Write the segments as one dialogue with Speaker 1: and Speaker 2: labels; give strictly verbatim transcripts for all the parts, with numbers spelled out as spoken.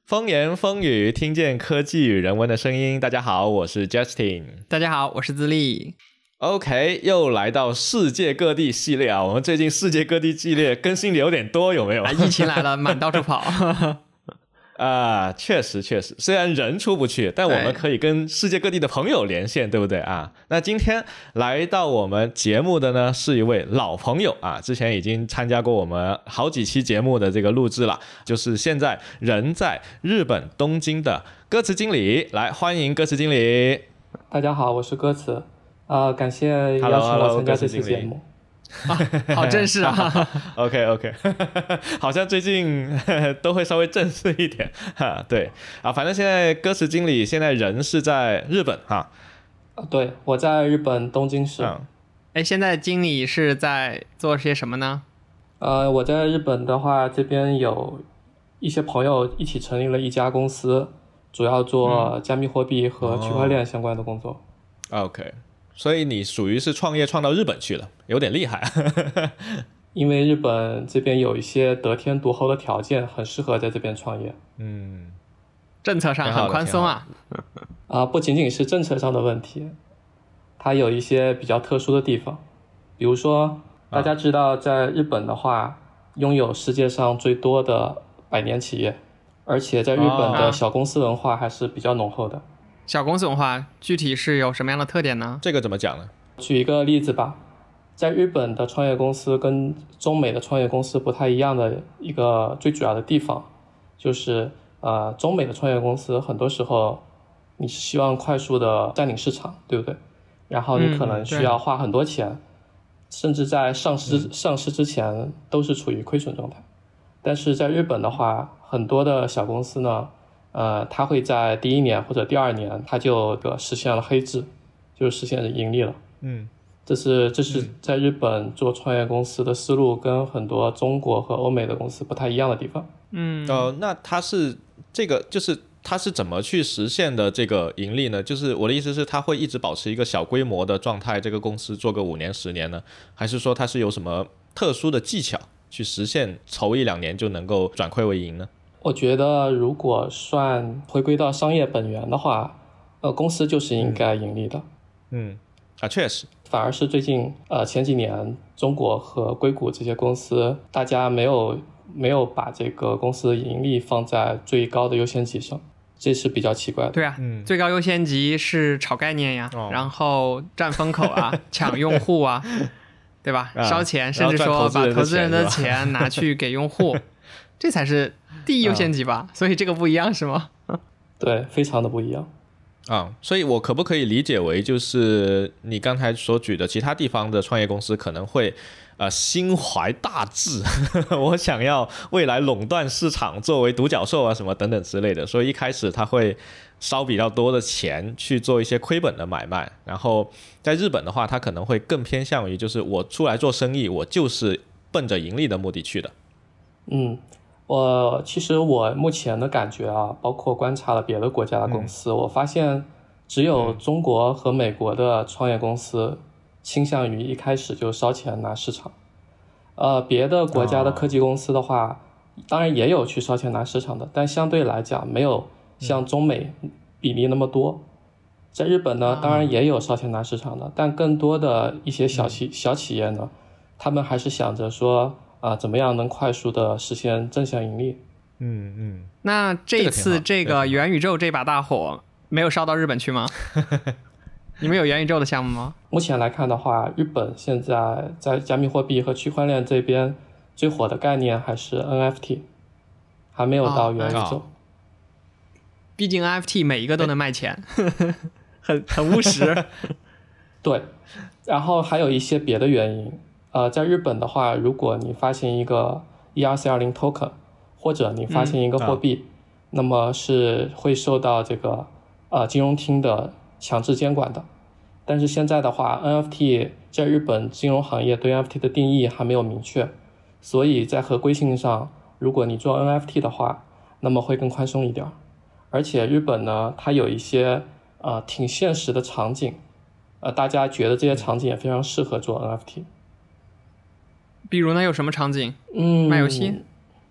Speaker 1: 风言风语，听见科技与人文的声音。大家好，我是 Justin。
Speaker 2: 大家好，我是自立。
Speaker 1: OK， 又来到世界各地系列啊！我们最近世界各地系列更新的有点多，有没有？
Speaker 2: 啊、疫情来了，满到处跑。
Speaker 1: 啊，确实确实，虽然人出不去，但我们可以跟世界各地的朋友连线，对不对啊？那今天来到我们节目的呢，是一位老朋友啊，之前已经参加过我们好几期节目的这个录制了，就是现在人在日本东京的歌词经理，来欢迎歌词经理。
Speaker 3: 大家好，我是歌词，啊、呃，感谢邀请我参加这期节目。
Speaker 2: 啊、好正式啊
Speaker 1: OK OK 好像最近都会稍微正式一点哈。对啊，反正现在歌词经理现在人是在日本哈。
Speaker 3: 对，我在日本东京市。
Speaker 2: 哎、嗯，现在经理是在做些什么呢？
Speaker 3: 呃，我在日本的话，这边有一些朋友一起成立了一家公司，主要做加密货币和区块链相关的工作。
Speaker 1: 嗯、OK，所以你属于是创业创到日本去了，有点厉害。
Speaker 3: 因为日本这边有一些得天独厚的条件，很适合在这边创业。
Speaker 1: 嗯，
Speaker 2: 政策上很宽松啊。
Speaker 3: 啊、呃，不仅仅是政策上的问题，它有一些比较特殊的地方。比如说，大家知道，在日本的话，拥有世界上最多的百年企业，而且在日本的小公司文化还是比较浓厚的。
Speaker 2: 小公司文化具体是有什么样的特点呢？
Speaker 1: 这个怎么讲呢？
Speaker 3: 举一个例子吧，在日本的创业公司跟中美的创业公司不太一样的一个最主要的地方，就是呃，中美的创业公司很多时候你是希望快速的占领市场，对不对？然后你可能需要花很多钱，嗯、甚至在上市、嗯、上市之前都是处于亏损状态。但是在日本的话，很多的小公司呢，呃，它会在第一年或者第二年，它就实现了黑字，就实现了盈利了。
Speaker 1: 嗯，
Speaker 3: 这是这是在日本做创业公司的思路跟很多中国和欧美的公司不太一样的地方。
Speaker 2: 嗯，
Speaker 1: 呃，那它是这个就是它是怎么去实现的这个盈利呢？就是我的意思是，它会一直保持一个小规模的状态，这个公司做个五年十年呢，还是说它是有什么特殊的技巧去实现筹一两年就能够转亏为盈呢？
Speaker 3: 我觉得如果算回归到商业本源的话，呃，公司就是应该盈利的。
Speaker 1: 嗯，啊，确实。
Speaker 3: 反而是最近呃前几年，中国和硅谷这些公司，大家没有没有把这个公司的盈利放在最高的优先级上，这是比较奇怪的。
Speaker 2: 对啊，嗯、最高优先级是炒概念呀，
Speaker 1: 哦、
Speaker 2: 然后占风口啊，抢用户啊，对吧？
Speaker 1: 啊、
Speaker 2: 烧钱，甚至说把投资人的钱拿去给用户，这才是第一优先级吧？所以这个不一样是吗？
Speaker 3: 对，非常的不一样。
Speaker 1: 啊、嗯，所以我可不可以理解为，就是你刚才所举的其他地方的创业公司可能会，呃，心怀大志，我想要未来垄断市场，作为独角兽啊什么等等之类的，所以一开始他会烧比较多的钱去做一些亏本的买卖，然后在日本的话，他可能会更偏向于就是我出来做生意，我就是奔着盈利的目的去的。
Speaker 3: 嗯。我其实我目前的感觉啊，包括观察了别的国家的公司，嗯、我发现只有中国和美国的创业公司倾向于一开始就烧钱拿市场。呃，别的国家的科技公司的话，哦、当然也有去烧钱拿市场的，但相对来讲没有像中美比例那么多。在日本呢，当然也有烧钱拿市场的，但更多的一些小企、嗯、小企业呢，他们还是想着说。啊，怎么样能快速的实现正向盈利？
Speaker 1: 嗯嗯。
Speaker 2: 那这次这个元宇宙这把大火没有烧到日本去吗？你们有元宇宙的项目吗？
Speaker 3: 目前来看的话，日本现在在加密货币和区块链这边最火的概念还是 N F T， 还没有到元宇宙。
Speaker 2: 哦、毕竟 N F T 每一个都能卖钱，很很务实。
Speaker 3: 对，然后还有一些别的原因。呃，在日本的话，如果你发行一个 E R C 二十 token， 或者你发行一个货币，嗯啊、那么是会受到这个呃金融厅的强制监管的。但是现在的话 ，N F T 在日本金融行业对 N F T 的定义还没有明确，所以在合规性上，如果你做 N F T 的话，那么会更宽松一点。而且日本呢，它有一些呃挺现实的场景，呃，大家觉得这些场景也非常适合做 N F T。
Speaker 2: 比如呢，有什么场景？
Speaker 3: 嗯，
Speaker 2: 卖游戏？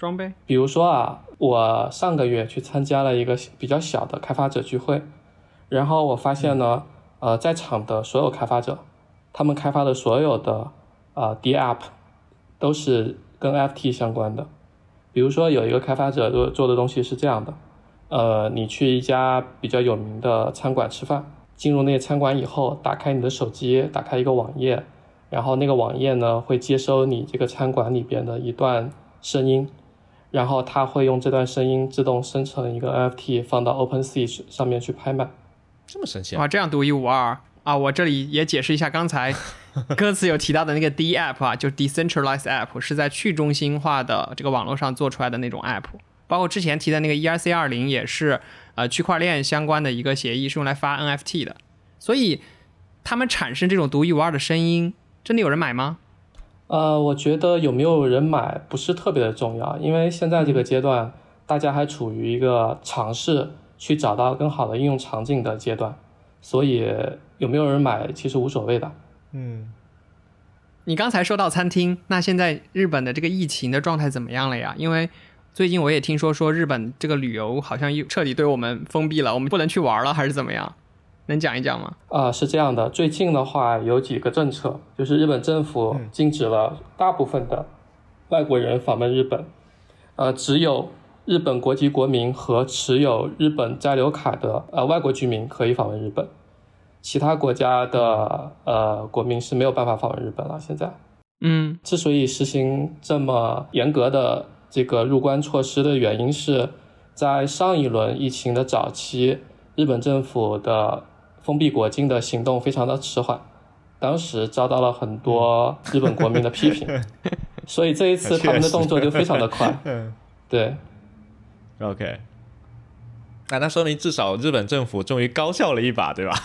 Speaker 2: 装备？
Speaker 3: 比如说啊，我上个月去参加了一个比较小的开发者聚会，然后我发现呢，嗯、呃，在场的所有开发者，他们开发的所有的呃 D App 都是跟 F T 相关的。比如说有一个开发者做做的东西是这样的，呃，你去一家比较有名的餐馆吃饭，进入那个餐馆以后，打开你的手机，打开一个网页，然后那个网页呢会接收你这个餐馆里边的一段声音，然后它会用这段声音自动生成一个 N F T 放到 OpenSea 上面去拍卖。
Speaker 1: 这么神奇啊！
Speaker 2: 哇，这样独一无二啊！我这里也解释一下，刚才歌词有提到的那个 D App 啊，就是 Decentralized App， 是在去中心化的这个网络上做出来的那种 App。包括之前提的那个 E R C 二十 也是呃区块链相关的一个协议，是用来发 N F T 的。所以他们产生这种独一无二的声音，真的有人买吗？
Speaker 3: 呃，我觉得有没有人买不是特别的重要，因为现在这个阶段，大家还处于一个尝试去找到更好的应用场景的阶段，所以有没有人买其实无所谓的。
Speaker 1: 嗯，
Speaker 2: 你刚才说到餐厅，那现在日本的这个疫情的状态怎么样了呀？因为最近我也听说说日本这个旅游好像又彻底对我们封闭了，我们不能去玩了，还是怎么样？能讲一讲吗？
Speaker 3: 啊、呃，是这样的，最近的话有几个政策，就是日本政府禁止了大部分的外国人访问日本，呃，只有日本国籍国民和持有日本在留卡的呃外国居民可以访问日本，其他国家的呃国民是没有办法访问日本了。现在，
Speaker 2: 嗯，
Speaker 3: 之所以实行这么严格的这个入关措施的原因是，在上一轮疫情的早期，日本政府的封闭国境的行动非常的迟缓，当时遭到了很多日本国民的批评，所以这一次他们的动作就非常的快。对
Speaker 1: ，OK， 那那说明至少日本政府终于高效了一把，对吧？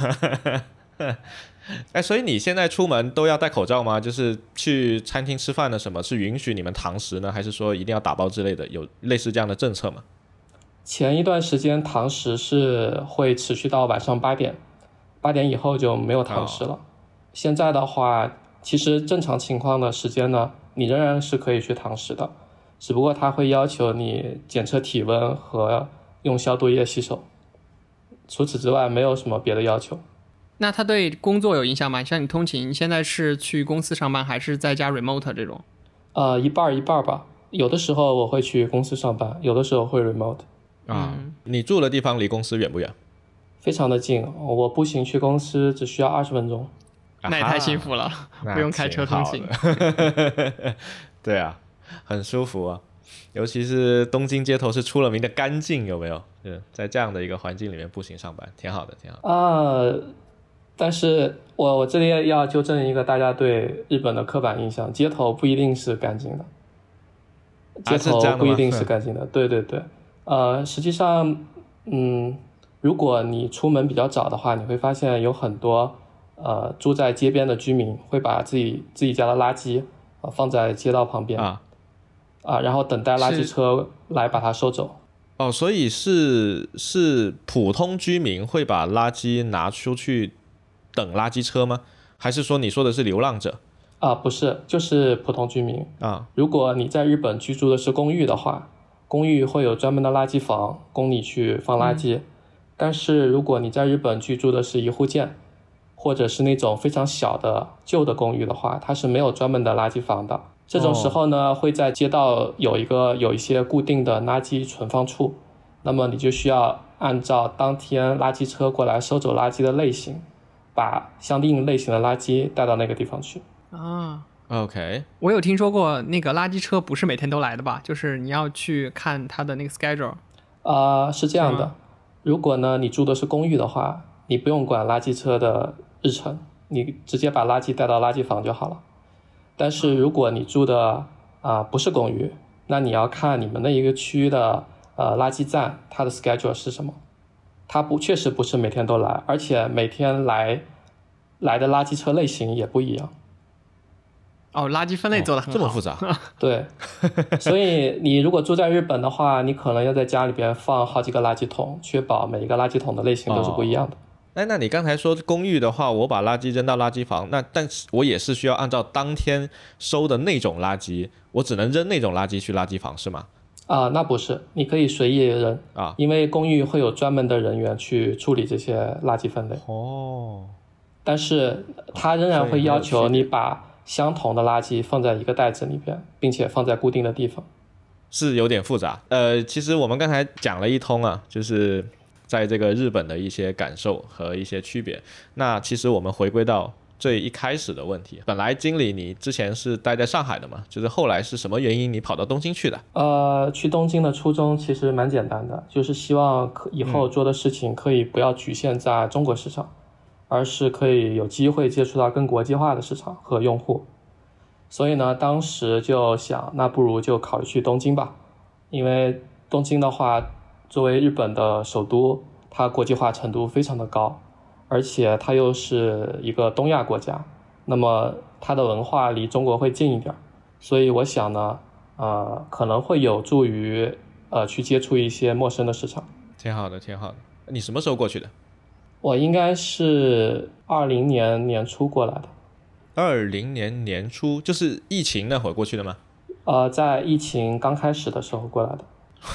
Speaker 1: 哎，所以你现在出门都要戴口罩吗？就是去餐厅吃饭的什么是允许你们堂食呢，还是说一定要打包之类的？有类似这样的政策吗？
Speaker 3: 前一段时间堂食是会持续到晚上八点，八点以后就没有堂食了。哦、现在的话，其实正常情况的时间呢，你仍然是可以去堂食的，只不过他会要求你检测体温和用消毒液洗手，除此之外没有什么别的要求。
Speaker 2: 那它对工作有影响吗？像你通勤，你现在是去公司上班还是在家 remote 这种？
Speaker 3: 呃，一半一半吧。有的时候我会去公司上班，有的时候会 remote。
Speaker 1: 啊、嗯，你住的地方离公司远不远？
Speaker 3: 非常的近，我步行去公司只需要二十分钟。
Speaker 2: 那也太幸福了，不用开车通勤。
Speaker 1: 对啊，很舒服啊，尤其是东京街头是出了名的干净，有没有？是在这样的一个环境里面步行上班，挺好的，挺好的。
Speaker 3: 啊、呃，但是我我这里要纠正一个大家对日本的刻板印象，街头不一定是干净的，街头不一定是干净的，啊、对对对。呃，实际上，嗯，如果你出门比较早的话，你会发现有很多呃住在街边的居民会把自己自己家的垃圾、呃、放在街道旁边
Speaker 1: 啊
Speaker 3: 啊，然后等待垃圾车来把它收走。
Speaker 1: 哦，所以是是普通居民会把垃圾拿出去等垃圾车吗？还是说你说的是流浪者？
Speaker 3: 啊，不是，就是普通居民
Speaker 1: 啊。
Speaker 3: 如果你在日本居住的是公寓的话，公寓会有专门的垃圾房供你去放垃圾，嗯、但是如果你在日本居住的是一户建，或者是那种非常小的旧的公寓的话，它是没有专门的垃圾房的。这种时候呢，哦、会在街道有一个有一些固定的垃圾存放处，那么你就需要按照当天垃圾车过来收走垃圾的类型，把相应类型的垃圾带到那个地方去。
Speaker 2: 啊。
Speaker 1: OK，
Speaker 2: 我有听说过那个垃圾车不是每天都来的吧？就是你要去看它的那个 schedule。
Speaker 3: 呃，是这样的，如果呢你住的是公寓的话，你不用管垃圾车的日程，你直接把垃圾带到垃圾房就好了。但是如果你住的啊、呃、不是公寓，那你要看你们那一个区的呃垃圾站它的 schedule 是什么。它不确实不是每天都来，而且每天来来的垃圾车类型也不一样。
Speaker 2: 哦，垃圾分类做得很好、
Speaker 1: 哦、这么复杂。
Speaker 3: 对，所以你如果住在日本的话，你可能要在家里边放好几个垃圾桶，确保每一个垃圾桶的类型都是不一样的。
Speaker 1: 哎、哦，那你刚才说公寓的话，我把垃圾扔到垃圾房，那但是我也是需要按照当天收的那种垃圾，我只能扔那种垃圾去垃圾房是吗？
Speaker 3: 啊，那不是，你可以随意扔
Speaker 1: 啊，
Speaker 3: 因为公寓会有专门的人员去处理这些垃圾分类。
Speaker 1: 哦，
Speaker 3: 但是他仍然会要求你把相同的垃圾放在一个袋子里边，并且放在固定的地方。
Speaker 1: 是有点复杂。呃，其实我们刚才讲了一通啊，就是在这个日本的一些感受和一些区别。那其实我们回归到最一开始的问题，本来经理你之前是待在上海的嘛，就是后来是什么原因你跑到东京去的？
Speaker 3: 呃，去东京的初衷其实蛮简单的，就是希望以后做的事情可以不要局限在中国市场，嗯、而是可以有机会接触到更国际化的市场和用户。所以呢，当时就想，那不如就考虑去东京吧，因为东京的话，作为日本的首都，它国际化程度非常的高，而且它又是一个东亚国家，那么它的文化离中国会近一点，所以我想呢，呃，可能会有助于呃去接触一些陌生的市场。
Speaker 1: 挺好的，挺好的。你什么时候过去的？
Speaker 3: 我应该是二零年年初过来的。
Speaker 1: 二零年年初，就是疫情那会儿过去的吗？
Speaker 3: 呃，在疫情刚开始的时候过来的。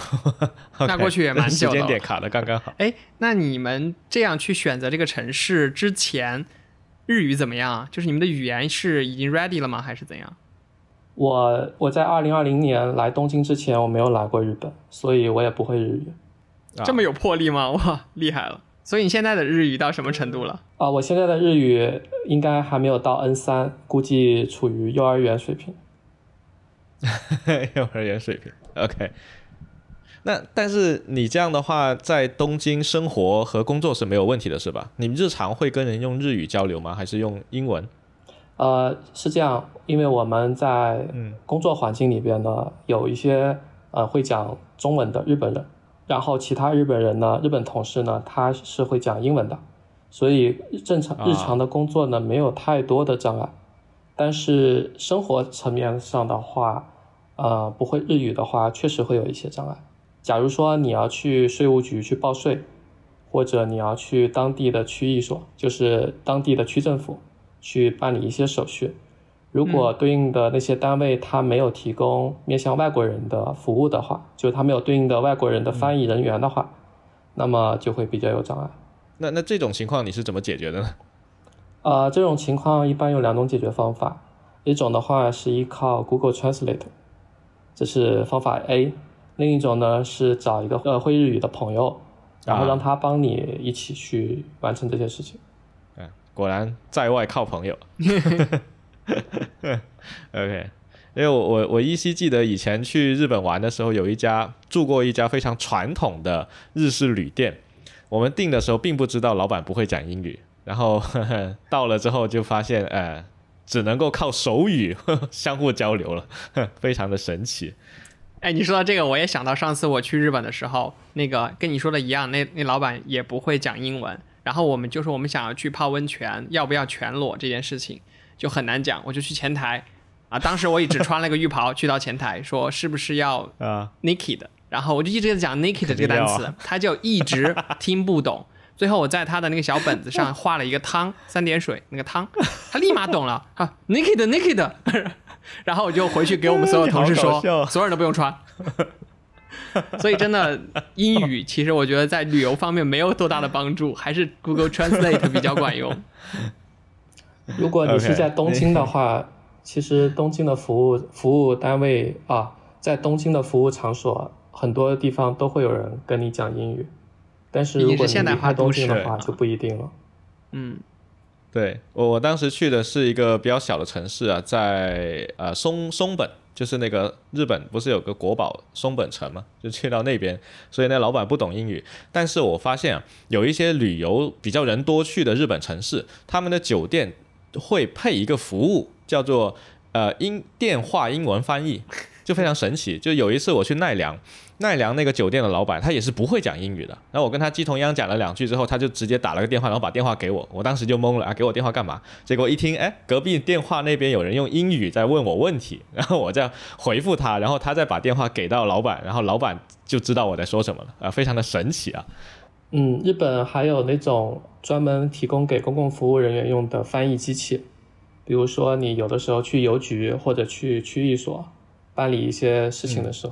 Speaker 1: okay,
Speaker 2: 那过去也蛮久的，
Speaker 1: 时间点卡的刚刚好。
Speaker 2: 哎，那你们这样去选择这个城市之前，日语怎么样啊？就是你们的语言是已经 ready 了吗？还是怎样？
Speaker 3: 我我在二零二零年来东京之前，我没有来过日本，所以我也不会日语。
Speaker 2: 啊、这么有魄力吗？哇，厉害了！所以你现在的日语到什么程度了？
Speaker 3: 啊，我现在的日语应该还没有到 N 三， 估计处于幼儿园水平。
Speaker 1: 幼儿园水平 ，OK。那但是你这样的话，在东京生活和工作是没有问题的，是吧？你日常会跟人用日语交流吗？还是用英文？
Speaker 3: 呃，是这样，因为我们在工作环境里边呢，嗯、有一些呃会讲中文的日本人。然后其他日本人呢，日本同事呢，他是会讲英文的，所以正常日常的工作呢、啊、没有太多的障碍。但是生活层面上的话，呃，不会日语的话，确实会有一些障碍。假如说你要去税务局去报税，或者你要去当地的区役所，就是当地的区政府去办理一些手续。如果对应的那些单位他没有提供面向外国人的服务的话，就是他没有对应的外国人的翻译人员的话，嗯、那么就会比较有障碍。
Speaker 1: 那那这种情况你是怎么解决的呢？
Speaker 3: 呃，这种情况一般有两种解决方法，一种的话是依靠 Google Translate， 这是方法 A， 另一种呢是找一个呃会日语的朋友，然后让他帮你一起去完成这些事情。
Speaker 1: 嗯、啊，果然在外靠朋友。OK， 因为我我我依稀记得以前去日本玩的时候，有一家住过一家非常传统的日式旅店，我们订的时候并不知道老板不会讲英语，然后呵呵到了之后就发现，呃，只能够靠手语呵呵相互交流了，呵非常的神奇。
Speaker 2: 哎，你说到这个，我也想到上次我去日本的时候，那个跟你说的一样，那那老板也不会讲英文，然后我们就说我们想要去泡温泉，要不要全裸这件事情。就很难讲，我就去前台啊，当时我也只穿了个浴袍去到前台，说是不是要 naked，、啊、然后我就一直在讲 naked 这个单词，他就一直听不懂。最后我在他的那个小本子上画了一个汤，三点水那个汤，他立马懂了啊 naked naked， 然后我就回去给我们所有同事说，所有人都不用穿。所以真的英语其实我觉得在旅游方面没有多大的帮助，还是 Google Translate 比较管用。
Speaker 3: 如果你是在东京的话， okay. 其实东京的服务服务单位啊，在东京的服务场所，很多地方都会有人跟你讲英语。但是如果你离开东京的话，就不一定了。
Speaker 2: 嗯，
Speaker 1: 对，我我当时去的是一个比较小的城市啊，在呃松松本，就是那个日本不是有个国宝松本城吗？就去到那边，所以那老板不懂英语。但是我发现啊，有一些旅游比较人多去的日本城市，他们的酒店会配一个服务，叫做呃英电话英文翻译，就非常神奇。就有一次我去奈良，奈良那个酒店的老板他也是不会讲英语的，然后我跟他鸡同鸭讲了两句之后，他就直接打了个电话，然后把电话给我，我当时就懵了啊，给我电话干嘛？结果一听，哎，隔壁电话那边有人用英语在问我问题，然后我再回复他，然后他再把电话给到老板，然后老板就知道我在说什么了啊，非常的神奇啊。
Speaker 3: 嗯，日本还有那种专门提供给公共服务人员用的翻译机器，比如说你有的时候去邮局或者去区役所办理一些事情的时候，嗯、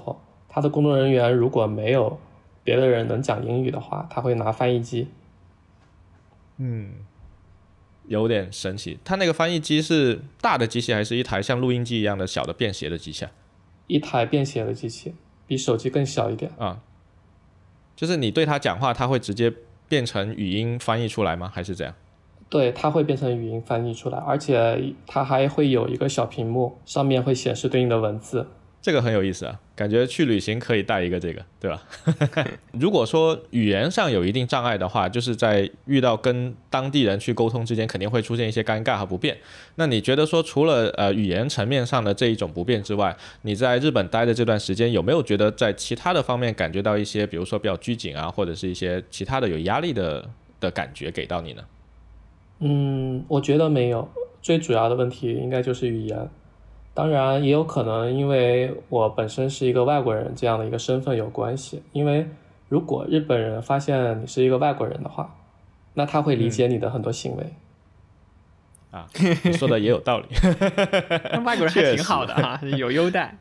Speaker 3: 他的工作人员如果没有别的人能讲英语的话，他会拿翻译机。
Speaker 1: 嗯，有点神奇。他那个翻译机是大的机器，还是一台像录音机一样的小的便携的机器啊？
Speaker 3: 一台便携的机器，比手机更小一点
Speaker 1: 啊。就是你对他讲话，他会直接变成语音翻译出来吗？还是怎样？
Speaker 3: 对，它会变成语音翻译出来，而且它还会有一个小屏幕，上面会显示对应的文字。
Speaker 1: 这个很有意思啊，感觉去旅行可以带一个这个，对吧？如果说语言上有一定障碍的话，就是在遇到跟当地人去沟通之间，肯定会出现一些尴尬和不便。那你觉得说，除了呃语言层面上的这一种不便之外，你在日本待的这段时间，有没有觉得在其他的方面感觉到一些，比如说比较拘谨啊，或者是一些其他的有压力的的感觉给到你呢？
Speaker 3: 嗯，我觉得没有，最主要的问题应该就是语言。当然也有可能因为我本身是一个外国人这样的一个身份有关系，因为如果日本人发现你是一个外国人的话，那他会理解你的很多行为。
Speaker 1: 嗯、啊，你说的也有道理。
Speaker 2: 外国人还挺好的哈、啊，有优待。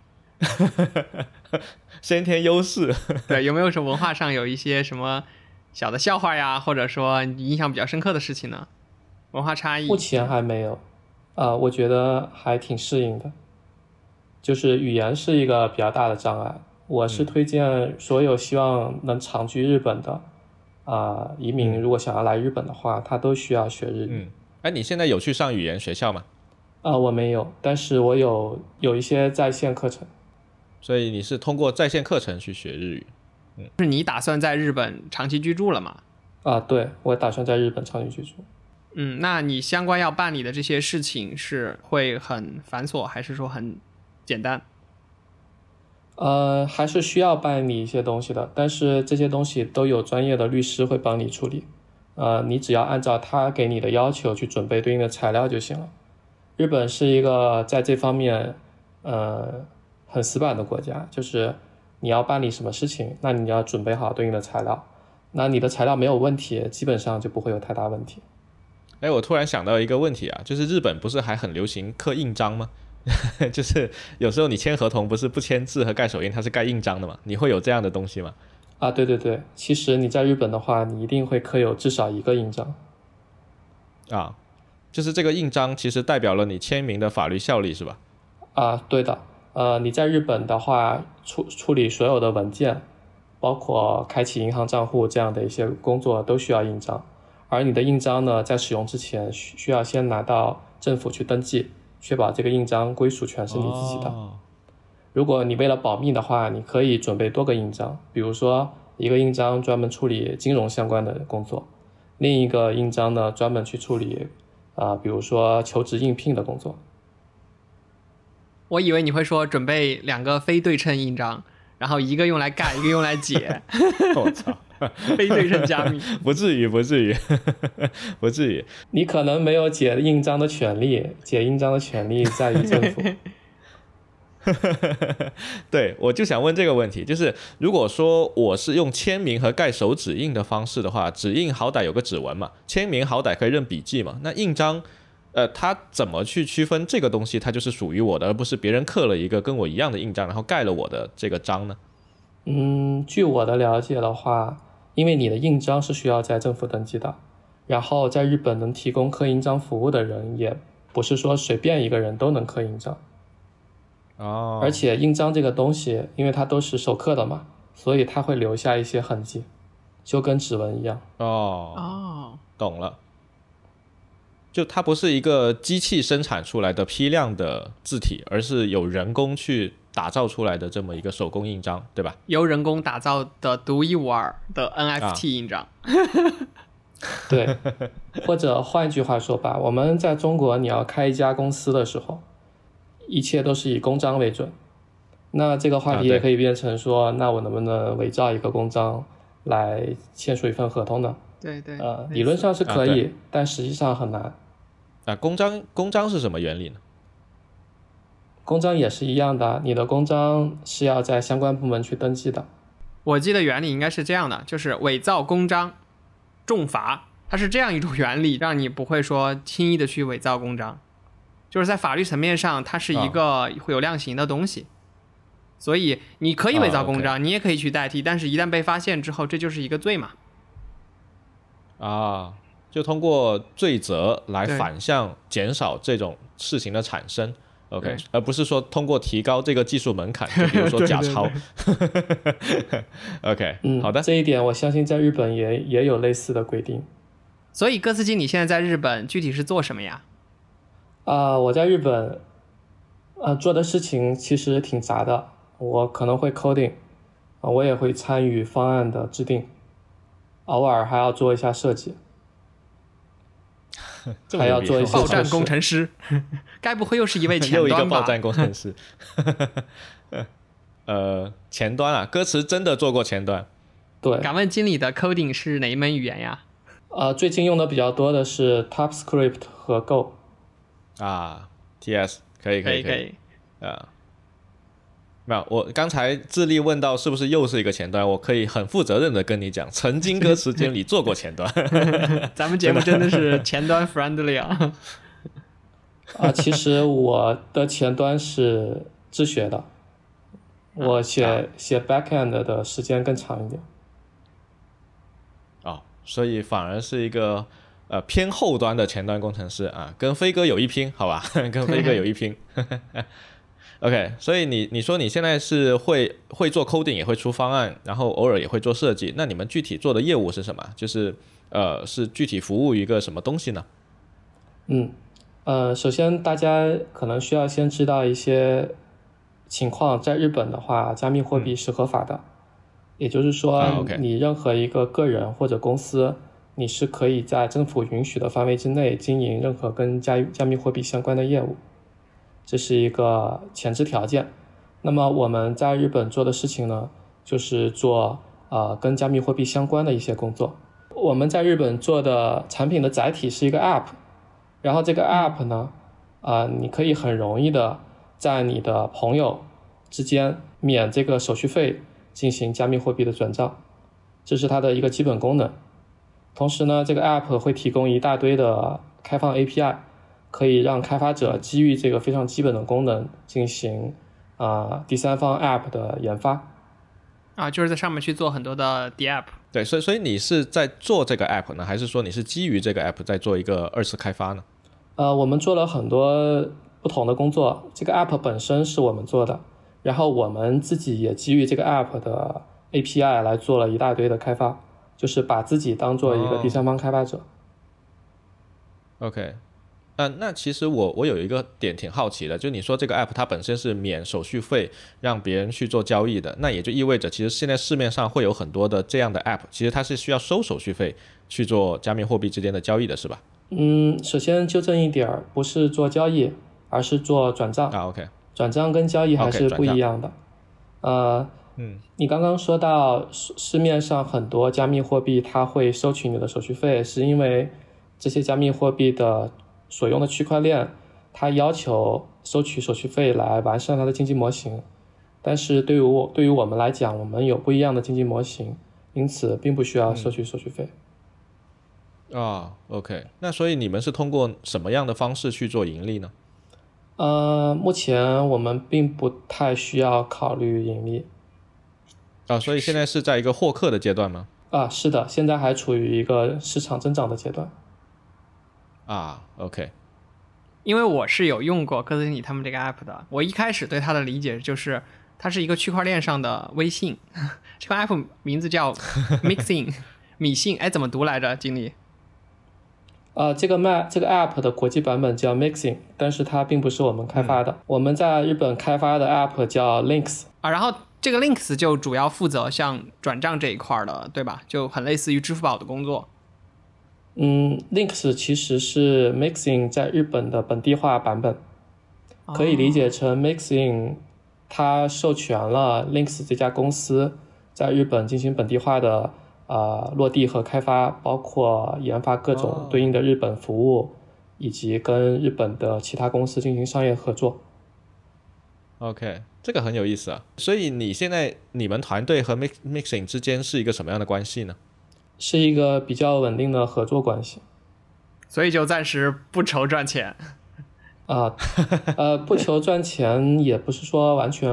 Speaker 1: 先天优势。
Speaker 2: 对，有没有说文化上有一些什么小的笑话呀，或者说印象比较深刻的事情呢？文化差异？
Speaker 3: 目前还没有，呃，我觉得还挺适应的。就是语言是一个比较大的障碍，我是推荐所有希望能长居日本的啊、呃、移民，如果想要来日本的话，他都需要学日语。
Speaker 1: 嗯，哎，你现在有去上语言学校吗？
Speaker 3: 啊、呃，我没有，但是我有有一些在线课程。
Speaker 1: 所以你是通过在线课程去学日语？
Speaker 2: 嗯，是你打算在日本长期居住了吗？
Speaker 3: 啊，对，我打算在日本长期居住。
Speaker 2: 嗯，那你相关要办理的这些事情是会很繁琐，还是说很简单？
Speaker 3: 呃，还是需要办理一些东西的，但是这些东西都有专业的律师会帮你处理。呃，你只要按照他给你的要求去准备对应的材料就行了。日本是一个在这方面呃很死板的国家，就是你要办理什么事情，那你要准备好对应的材料。那你的材料没有问题，基本上就不会有太大问题。
Speaker 1: 哎，我突然想到一个问题啊，就是日本不是还很流行刻印章吗？就是有时候你签合同不是不签字和盖手印，它是盖印章的嘛？你会有这样的东西吗？
Speaker 3: 啊，对对对，其实你在日本的话，你一定会刻有至少一个印章。
Speaker 1: 啊，就是这个印章其实代表了你签名的法律效力是吧？
Speaker 3: 啊，对的。呃，你在日本的话，处处理所有的文件，包括开启银行账户这样的一些工作都需要印章。而你的印章呢，在使用之前需需要先拿到政府去登记，确保这个印章归属权是你自己的。
Speaker 1: 哦、
Speaker 3: 如果你为了保密的话，你可以准备多个印章，比如说一个印章专门处理金融相关的工作，另一个印章呢专门去处理啊、呃，比如说求职应聘的工作。
Speaker 2: 我以为你会说准备两个非对称印章，然后一个用来盖，一个用来解。
Speaker 1: 我操！
Speaker 2: 非对称加密。
Speaker 1: 不至于不至于不至于，
Speaker 3: 你可能没有解印章的权利，解印章的权利在于政府。
Speaker 1: 对，我就想问这个问题，就是如果说我是用签名和盖手指印的方式的话，指印好歹有个指纹嘛，签名好歹可以认笔记嘛，那印章呃，它怎么去区分这个东西它就是属于我的，而不是别人刻了一个跟我一样的印章然后盖了我的这个章呢？
Speaker 3: 嗯，据我的了解的话，因为你的印章是需要在政府登记的，然后在日本能提供刻印章服务的人也不是说随便一个人都能刻印章。
Speaker 1: 哦，
Speaker 3: 而且印章这个东西因为它都是手刻的嘛，所以它会留下一些痕迹，就跟指纹一样。
Speaker 1: 哦
Speaker 2: 哦，
Speaker 1: 懂了，就它不是一个机器生产出来的批量的字体，而是有人工去打造出来的这么一个手工印章，对吧？
Speaker 2: 由人工打造的独一无二的 N F T 印章。
Speaker 1: 啊、
Speaker 3: 对，或者换一句话说吧，我们在中国你要开一家公司的时候，一切都是以公章为准。那这个话题也可以变成说、啊、那我能不能伪造一个公章来签署一份合同呢？
Speaker 2: 对对，
Speaker 3: 呃，理论上是可以、啊、但实际上很难。
Speaker 1: 啊，公章公章是什么原理呢？
Speaker 3: 公章也是一样的，你的公章是要在相关部门去登记的。
Speaker 2: 我记得原理应该是这样的，就是伪造公章重罚，它是这样一种原理，让你不会说轻易的去伪造公章，就是在法律层面上它是一个会有量刑的东西、 所以你可以伪造公章、
Speaker 1: 啊
Speaker 2: okay. 你也可以去代替，但是一旦被发现之后，这就是一个罪嘛。
Speaker 1: 啊，就通过罪责来反向减少这种事情的产生。OK， 而不是说通过提高这个技术门槛，就比如说假钞。对对对OK，、嗯、好的，
Speaker 3: 这一点我相信在日本也也有类似的规定。
Speaker 2: 所以哥斯基，你现在在日本具体是做什么呀？
Speaker 3: 啊、呃，我在日本，呃，做的事情其实挺杂的。我可能会 coding， 啊，我也会参与方案的制定，偶尔还要做一下设计。还要做一些
Speaker 2: 报站工程师，该不会又是一位前端吧？
Speaker 1: 又一个报站工程师。呃，前端啊，歌词真的做过前端。
Speaker 3: 对。
Speaker 2: 敢问经理的 coding 是哪一门语言呀？
Speaker 3: 呃，最近用的比较多的是 TypeScript 和 Go。
Speaker 1: 啊 ，T S 可以可以
Speaker 2: 可以
Speaker 1: 啊。没有，我刚才智利问到是不是又是一个前端，我可以很负责任的跟你讲，曾经歌词经理做过前端。
Speaker 2: 咱们节目真的是前端 friendly 啊。
Speaker 3: 啊，其实我的前端是自学的，我写、啊、写 backend 的时间更长一点。
Speaker 1: 哦，所以反而是一个呃偏后端的前端工程师啊，跟飞哥有一拼，好吧？跟飞哥有一拼。OK， 所以你你说你现在是会会做 coding， 也会出方案，然后偶尔也会做设计。那你们具体做的业务是什么？就是呃，是具体服务于一个什么东西呢？
Speaker 3: 嗯，呃，首先大家可能需要先知道一些情况，在日本的话，加密货币是合法的，嗯、也就是说，
Speaker 1: 啊 okay、
Speaker 3: 你任何一个个人或者公司，你是可以在政府允许的范围之内经营任何跟加加密货币相关的业务。这是一个前置条件。那么我们在日本做的事情呢，就是做呃跟加密货币相关的一些工作。我们在日本做的产品的载体是一个 App， 然后这个 App 呢，呃，你可以很容易的在你的朋友之间免这个手续费进行加密货币的转账，这是它的一个基本功能。同时呢，这个 App 会提供一大堆的开放 A P I。可以让开发者基于这个非常基本的功能进行啊、呃、第三方 App 的研发
Speaker 2: 啊，就是在上面去做很多的 D App。
Speaker 1: 对，所以所以你是在做这个 App 呢，还是说你是基于这个 App 在做一个二次开发呢？
Speaker 3: 呃，我们做了很多不同的工作，这个 App 本身是我们做的，然后我们自己也基于这个 App 的 A P I 来做了一大堆的开发，就是把自己当做一个第三方开发者。
Speaker 1: 哦、OK。呃、那其实我我有一个点挺好奇的，就你说这个 app 它本身是免手续费让别人去做交易的，那也就意味着其实现在市面上会有很多的这样的 app， 其实它是需要收手续费去做加密货币之间的交易的，是吧？
Speaker 3: 嗯，首先纠正一点，不是做交易，而是做转账
Speaker 1: 啊。OK，
Speaker 3: 转账跟交易还是不一样的。
Speaker 1: Okay,
Speaker 3: 呃，
Speaker 1: 嗯，
Speaker 3: 你刚刚说到市面上很多加密货币它会收取你的手续费，是因为这些加密货币的所用的区块链，它要求收取手续费来完善它的经济模型，但是对于我对于我们来讲，我们有不一样的经济模型，因此并不需要收取手续费。
Speaker 1: 啊、哦、，OK， 那所以你们是通过什么样的方式去做盈利呢？
Speaker 3: 呃，目前我们并不太需要考虑盈利。
Speaker 1: 啊，所以现在是在一个获客的阶段吗？
Speaker 3: 啊，是的，现在还处于一个市场增长的阶段。
Speaker 1: 啊 ，OK，
Speaker 2: 因为我是有用过哥斯尼他们这个 app 的，我一开始对它的理解就是它是一个区块链上的微信，这个 app 名字叫 Mixin 米信，哎，怎么读来着，经理？
Speaker 3: 呃，这个 Map 这个 app 的国际版本叫 Mixin， 但是它并不是我们开发的，嗯、我们在日本开发的 app 叫 Links
Speaker 2: 啊，然后这个 Links 就主要负责像转账这一块的，对吧？就很类似于支付宝的工作。
Speaker 3: 嗯 ，Links 其实是 Mixin 在日本的本地化版本，可以理解成 Mixin 它授权了 Links 这家公司在日本进行本地化的呃落地和开发，包括研发各种对应的日本服务，以及跟日本的其他公司进行商业合作。
Speaker 1: OK， 这个很有意思啊。所以你现在你们团队和 Mix Mixin 之间是一个什么样的关系呢？
Speaker 3: 是一个比较稳定的合作关系，
Speaker 2: 所以就暂时不愁赚钱
Speaker 3: 啊，呃，不求赚钱也不是说完全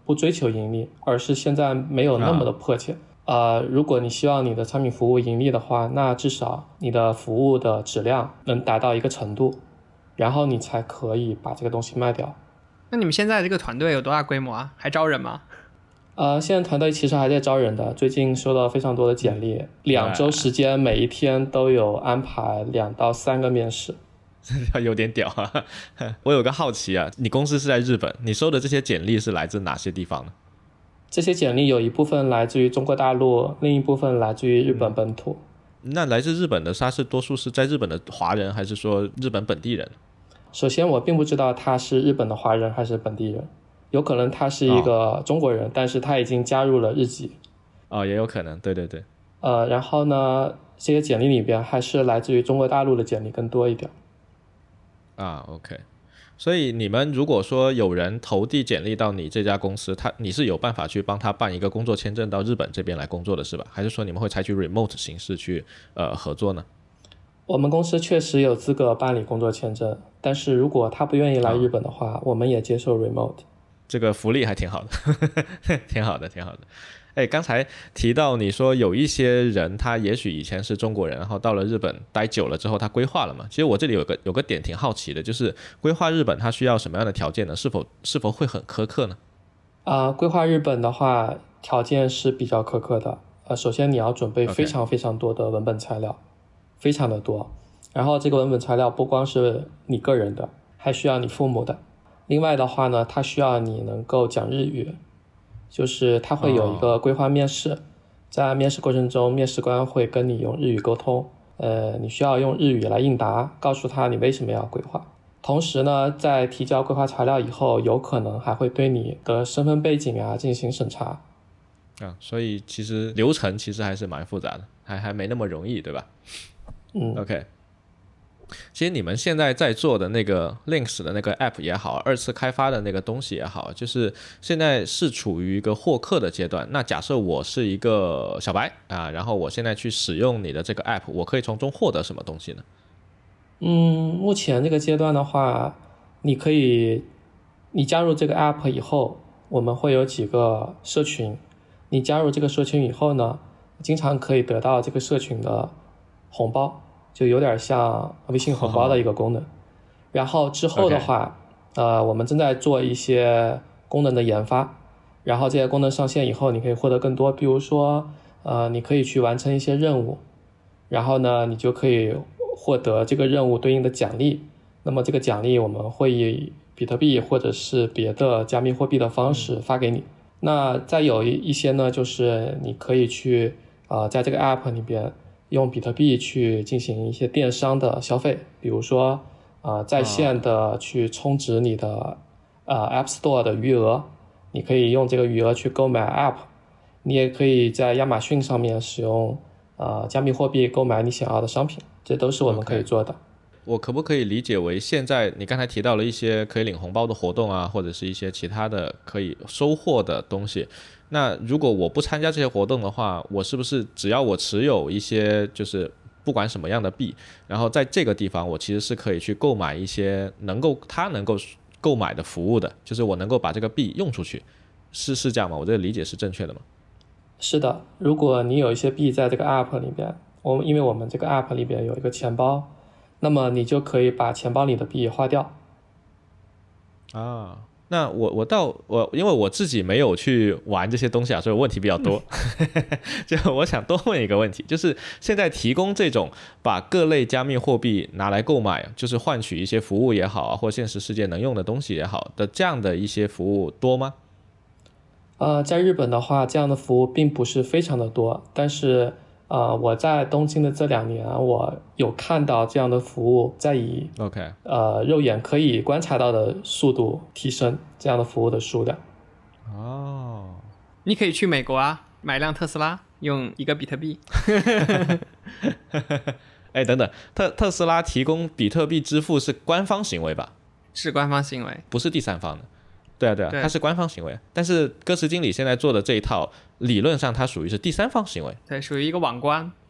Speaker 3: 不追求盈利，而是现在没有那么的迫切。呃，如果你希望你的产品服务盈利的话，那至少你的服务的质量能达到一个程度，然后你才可以把这个东西卖掉。
Speaker 2: 那你们现在这个团队有多大规模啊？还招人吗？
Speaker 3: 呃，现在团队其实还在招人的，最近收到非常多的简历，两周时间，每一天都有安排两到三个面试。
Speaker 1: 有点屌啊！我有个好奇啊，你公司是在日本，你收的这些简历是来自哪些地方呢？
Speaker 3: 这些简历有一部分来自于中国大陆，另一部分来自于日本本土。
Speaker 1: 嗯、那来自日本的他是多数是在日本的华人，还是说日本本地人？
Speaker 3: 首先我并不知道他是日本的华人还是本地人，有可能他是一个中国人、哦、但是他已经加入了日籍。
Speaker 1: 哦，也有可能，对对对。
Speaker 3: 呃，然后呢，这些简历里边还是来自于中国大陆的简历更多一点。
Speaker 1: 啊 OK， 所以你们如果说有人投递简历到你这家公司，他你是有办法去帮他办一个工作签证到日本这边来工作的是吧？还是说你们会采取 remote 形式去呃合作呢？
Speaker 3: 我们公司确实有资格办理工作签证，但是如果他不愿意来日本的话、啊、我们也接受 remote。
Speaker 1: 这个福利还挺好的挺好的挺好的。哎，刚才提到你说有一些人他也许以前是中国人，然后到了日本待久了之后他规划了嘛。其实我这里有个有个点挺好奇的，就是规划日本他需要什么样的条件呢？是否是否会很苛刻呢？
Speaker 3: 啊、呃，规划日本的话条件是比较苛刻的。呃，首先你要准备非常非常多的文本材料， okay. 非常的多。然后这个文本材料不光是你个人的，还需要你父母的。另外的话呢，它需要你能够讲日语。就是他会有一个规划面试、哦、在面试过程中面试官会跟你用日语沟通，呃，你需要用日语来应答，告诉他你为什么要规划。同时呢，在提交规划材料以后，有可能还会对你的身份背景啊进行审查
Speaker 1: 啊，所以其实流程其实还是蛮复杂的，还还没那么容易，对吧？
Speaker 3: 嗯
Speaker 1: OK。其实你们现在在做的那个 Links 的那个 App 也好，二次开发的那个东西也好，就是现在是处于一个获客的阶段。那假设我是一个小白啊，然后我现在去使用你的这个 App， 我可以从中获得什么东西呢？
Speaker 3: 嗯，目前这个阶段的话，你可以，你加入这个 App 以后，我们会有几个社群，你加入这个社群以后呢，经常可以得到这个社群的红包。就有点像微信红包的一个功能。然后之后的话、okay. 呃，我们正在做一些功能的研发，然后这些功能上线以后，你可以获得更多，比如说呃，你可以去完成一些任务，然后呢，你就可以获得这个任务对应的奖励。那么这个奖励我们会以比特币或者是别的加密货币的方式发给你。嗯、那再有一些呢，就是你可以去呃，在这个 App 里边用比特币去进行一些电商的消费，比如说呃在线的去充值你的呃 App Store 的余额，你可以用这个余额去购买 App， 你也可以在亚马逊上面使用呃加密货币购买你想要的商品，这都是我们可以做的。Okay.
Speaker 1: 我可不可以理解为现在你刚才提到了一些可以领红包的活动啊，或者是一些其他的可以收获的东西，那如果我不参加这些活动的话，我是不是只要我持有一些就是不管什么样的币，然后在这个地方我其实是可以去购买一些能够它能够购买的服务的，就是我能够把这个币用出去，是是这样吗？我这个理解是正确的吗？
Speaker 3: 是的，如果你有一些币在这个 App 里边，我们因为我们这个 App 里边有一个钱包，那么你就可以把钱包里的币花掉。
Speaker 1: 啊，那我我到我因为我自己没有去玩这些东西啊，所以问题比较多。就我想多问一个问题，就是现在提供这种把各类加密货币拿来购买，就是换取一些服务也好啊，或现实世界能用的东西也好的这样的一些服务多吗？
Speaker 3: 呃，在日本的话，这样的服务并不是非常的多，但是呃，我在东京的这两年，我有看到这样的服务在以
Speaker 1: OK
Speaker 3: 呃肉眼可以观察到的速度提升这样的服务的数量。
Speaker 1: 哦，
Speaker 2: 你可以去美国啊，买辆特斯拉，用一个比特币。
Speaker 1: 哎，等等，特特斯拉提供比特币支付是官方行为吧？
Speaker 2: 是官方行为，
Speaker 1: 不是第三方的。对啊对啊
Speaker 2: 对，
Speaker 1: 它是官方行为，但是歌词经理现在做的这一套理论上它属于是第三方行为。
Speaker 2: 对，属于一个网关。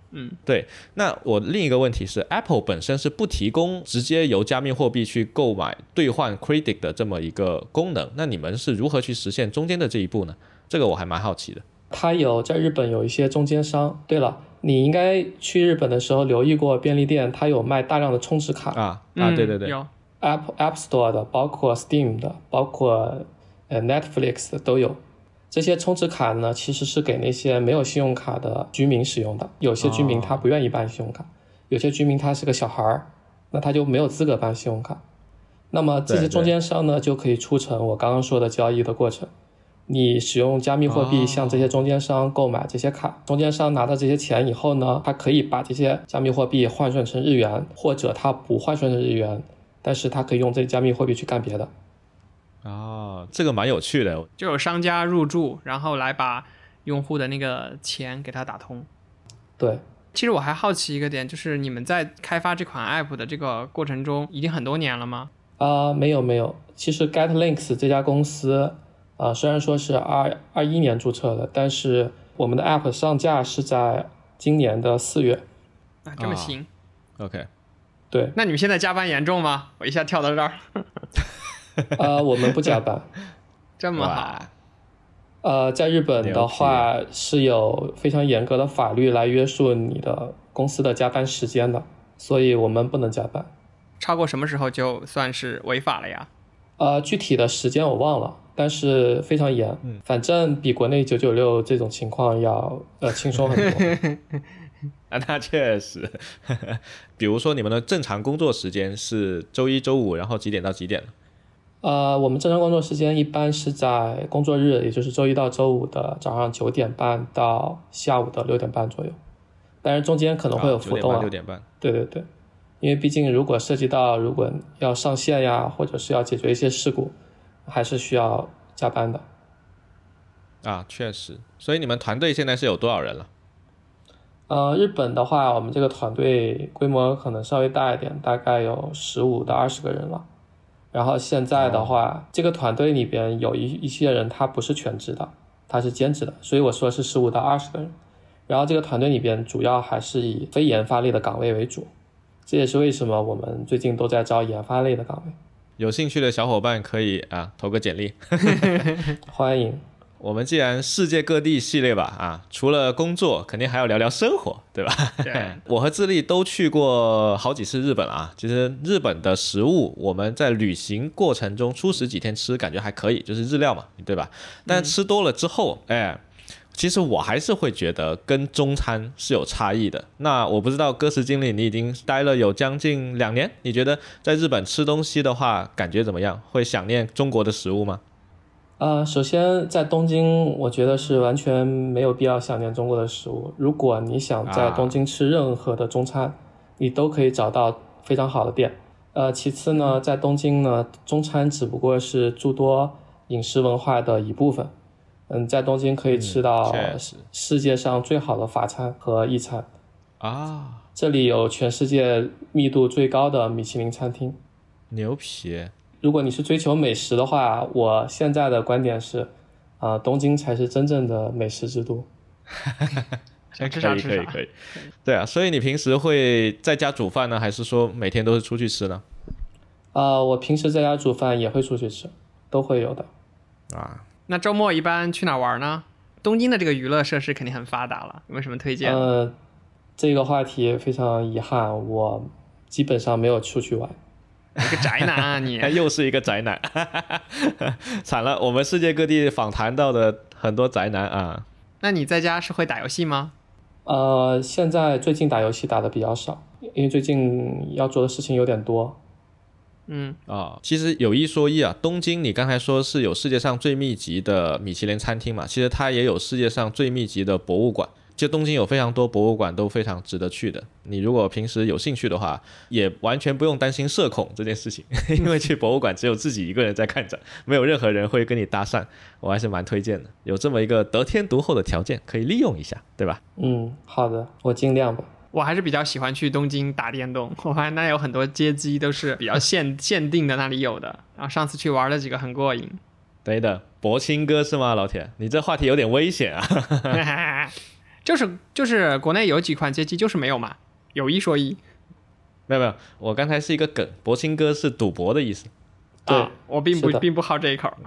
Speaker 2: 嗯，
Speaker 1: 对。那我另一个问题是 ，Apple 本身是不提供直接由加密货币去购买兑换 credit 的这么一个功能，那你们是如何去实现中间的这一步呢？这个我还蛮好奇的。
Speaker 3: 它有在日本有一些中间商。对了，你应该去日本的时候留意过便利店，它有卖大量的充值卡
Speaker 1: 啊啊，对对对，
Speaker 2: 有
Speaker 3: App App Store 的，包括 Steam 的，包括呃 Netflix 的都有。这些充值卡呢，其实是给那些没有信用卡的居民使用的。有些居民他不愿意办信用卡，哦、有些居民他是个小孩，那他就没有资格办信用卡。那么这些中间商呢，就可以促成我刚刚说的交易的过程。你使用加密货币向这些中间商购买这些卡，哦、中间商拿到这些钱以后呢，他可以把这些加密货币换算成日元，或者他不换算成日元，但是他可以用这些加密货币去干别的。
Speaker 1: 哦，这个蛮有趣的，
Speaker 2: 就有商家入驻，然后来把用户的那个钱给他打通。
Speaker 3: 对，
Speaker 2: 其实我还好奇一个点，就是你们在开发这款 app 的这个过程中，已经很多年了吗？
Speaker 3: 啊、呃，没有没有，其实 GetLinks 这家公司，啊、呃，虽然说是二二一年注册的，但是我们的 app 上架是在今年的四月。
Speaker 2: 啊，这么行、
Speaker 1: 啊、？OK。
Speaker 3: 对，
Speaker 2: 那你们现在加班严重吗？我一下跳到这儿。
Speaker 3: 呃，我们不加班。
Speaker 2: 这么好。
Speaker 3: 呃，在日本的话是有非常严格的法律来约束你的公司的加班时间的，所以我们不能加班。
Speaker 2: 超过什么时候就算是违法了呀？
Speaker 3: 呃，具体的时间我忘了，但是非常严，嗯、反正比国内九九六这种情况要呃轻松很多。
Speaker 1: 啊，那确实。比如说你们的正常工作时间是周一周五，然后几点到几点？
Speaker 3: 呃，我们正常工作时间一般是在工作日，也就是周一到周五的早上九点半到下午的六点半左右，但是中间可能会有浮动啊。
Speaker 1: 六点半。
Speaker 3: 对对对，因为毕竟如果涉及到如果要上线呀，或者是要解决一些事故，还是需要加班的。
Speaker 1: 啊，确实。所以你们团队现在是有多少人了？
Speaker 3: 呃，日本的话，我们这个团队规模可能稍微大一点，大概有十五到二十个人了。然后现在的话，哦、这个团队里边有一一些人他不是全职的，他是兼职的，所以我说是十五到二十个人。然后这个团队里边主要还是以非研发类的岗位为主，这也是为什么我们最近都在招研发类的岗位。
Speaker 1: 有兴趣的小伙伴可以啊投个简历。
Speaker 3: 欢迎。
Speaker 1: 我们既然世界各地系列吧，啊，除了工作，肯定还要聊聊生活，对吧？
Speaker 2: 对。
Speaker 1: 我和智利都去过好几次日本啊，其实日本的食物，我们在旅行过程中初十几天吃，感觉还可以，就是日料嘛，对吧？但吃多了之后，嗯、哎，其实我还是会觉得跟中餐是有差异的。那我不知道歌词经理，你已经待了有将近两年，你觉得在日本吃东西的话，感觉怎么样？会想念中国的食物吗？
Speaker 3: 呃，首先在东京，我觉得是完全没有必要想念中国的食物。如果你想在东京吃任何的中餐，啊、你都可以找到非常好的店。呃，其次呢，在东京呢，中餐只不过是诸多饮食文化的一部分。嗯，在东京可以吃到世界上最好的法餐和意餐
Speaker 1: 啊，
Speaker 3: 这里有全世界密度最高的米其林餐厅。
Speaker 1: 牛皮！
Speaker 3: 如果你是追求美食的话，我现在的观点是，啊、呃，东京才是真正的美食之都。
Speaker 2: 吃啥吃啥。
Speaker 1: 可以可以。对啊，所以你平时会在家煮饭呢，还是说每天都是出去吃呢？
Speaker 3: 呃，我平时在家煮饭也会出去吃，都会有的。
Speaker 1: 啊，
Speaker 2: 那周末一般去哪玩呢？东京的这个娱乐设施肯定很发达了，有没有什么推荐？
Speaker 3: 呃，这个话题非常遗憾，我基本上没有出去玩。
Speaker 2: 一个宅男啊你！
Speaker 1: 又是一个宅男，惨了，我们世界各地访谈到的很多宅男啊。
Speaker 2: 那你在家是会打游戏吗？
Speaker 3: 呃，现在最近打游戏打的比较少，因为最近要做的事情有点多。
Speaker 2: 嗯
Speaker 1: 啊、哦，其实有一说一啊，东京你刚才说是有世界上最密集的米其林餐厅嘛，其实它也有世界上最密集的博物馆。就东京有非常多博物馆都非常值得去的，你如果平时有兴趣的话，也完全不用担心社恐这件事情，因为去博物馆只有自己一个人在看展，没有任何人会跟你搭讪，我还是蛮推荐的。有这么一个得天独厚的条件，可以利用一下，对吧？
Speaker 3: 嗯，好的，我尽量吧。
Speaker 2: 我还是比较喜欢去东京打电动，我发现那有很多街机都是比较限限定的，那里有的。然后上次去玩了几个，很过瘾。
Speaker 1: 对的，博清哥是吗，老铁？你这话题有点危险啊。
Speaker 2: 就是就是国内有几款街机就是没有嘛，有一说一。
Speaker 1: 没有没有，我刚才是一个梗，博青哥是赌博的意思。
Speaker 3: 对、
Speaker 2: 啊、我并不并不好这一口。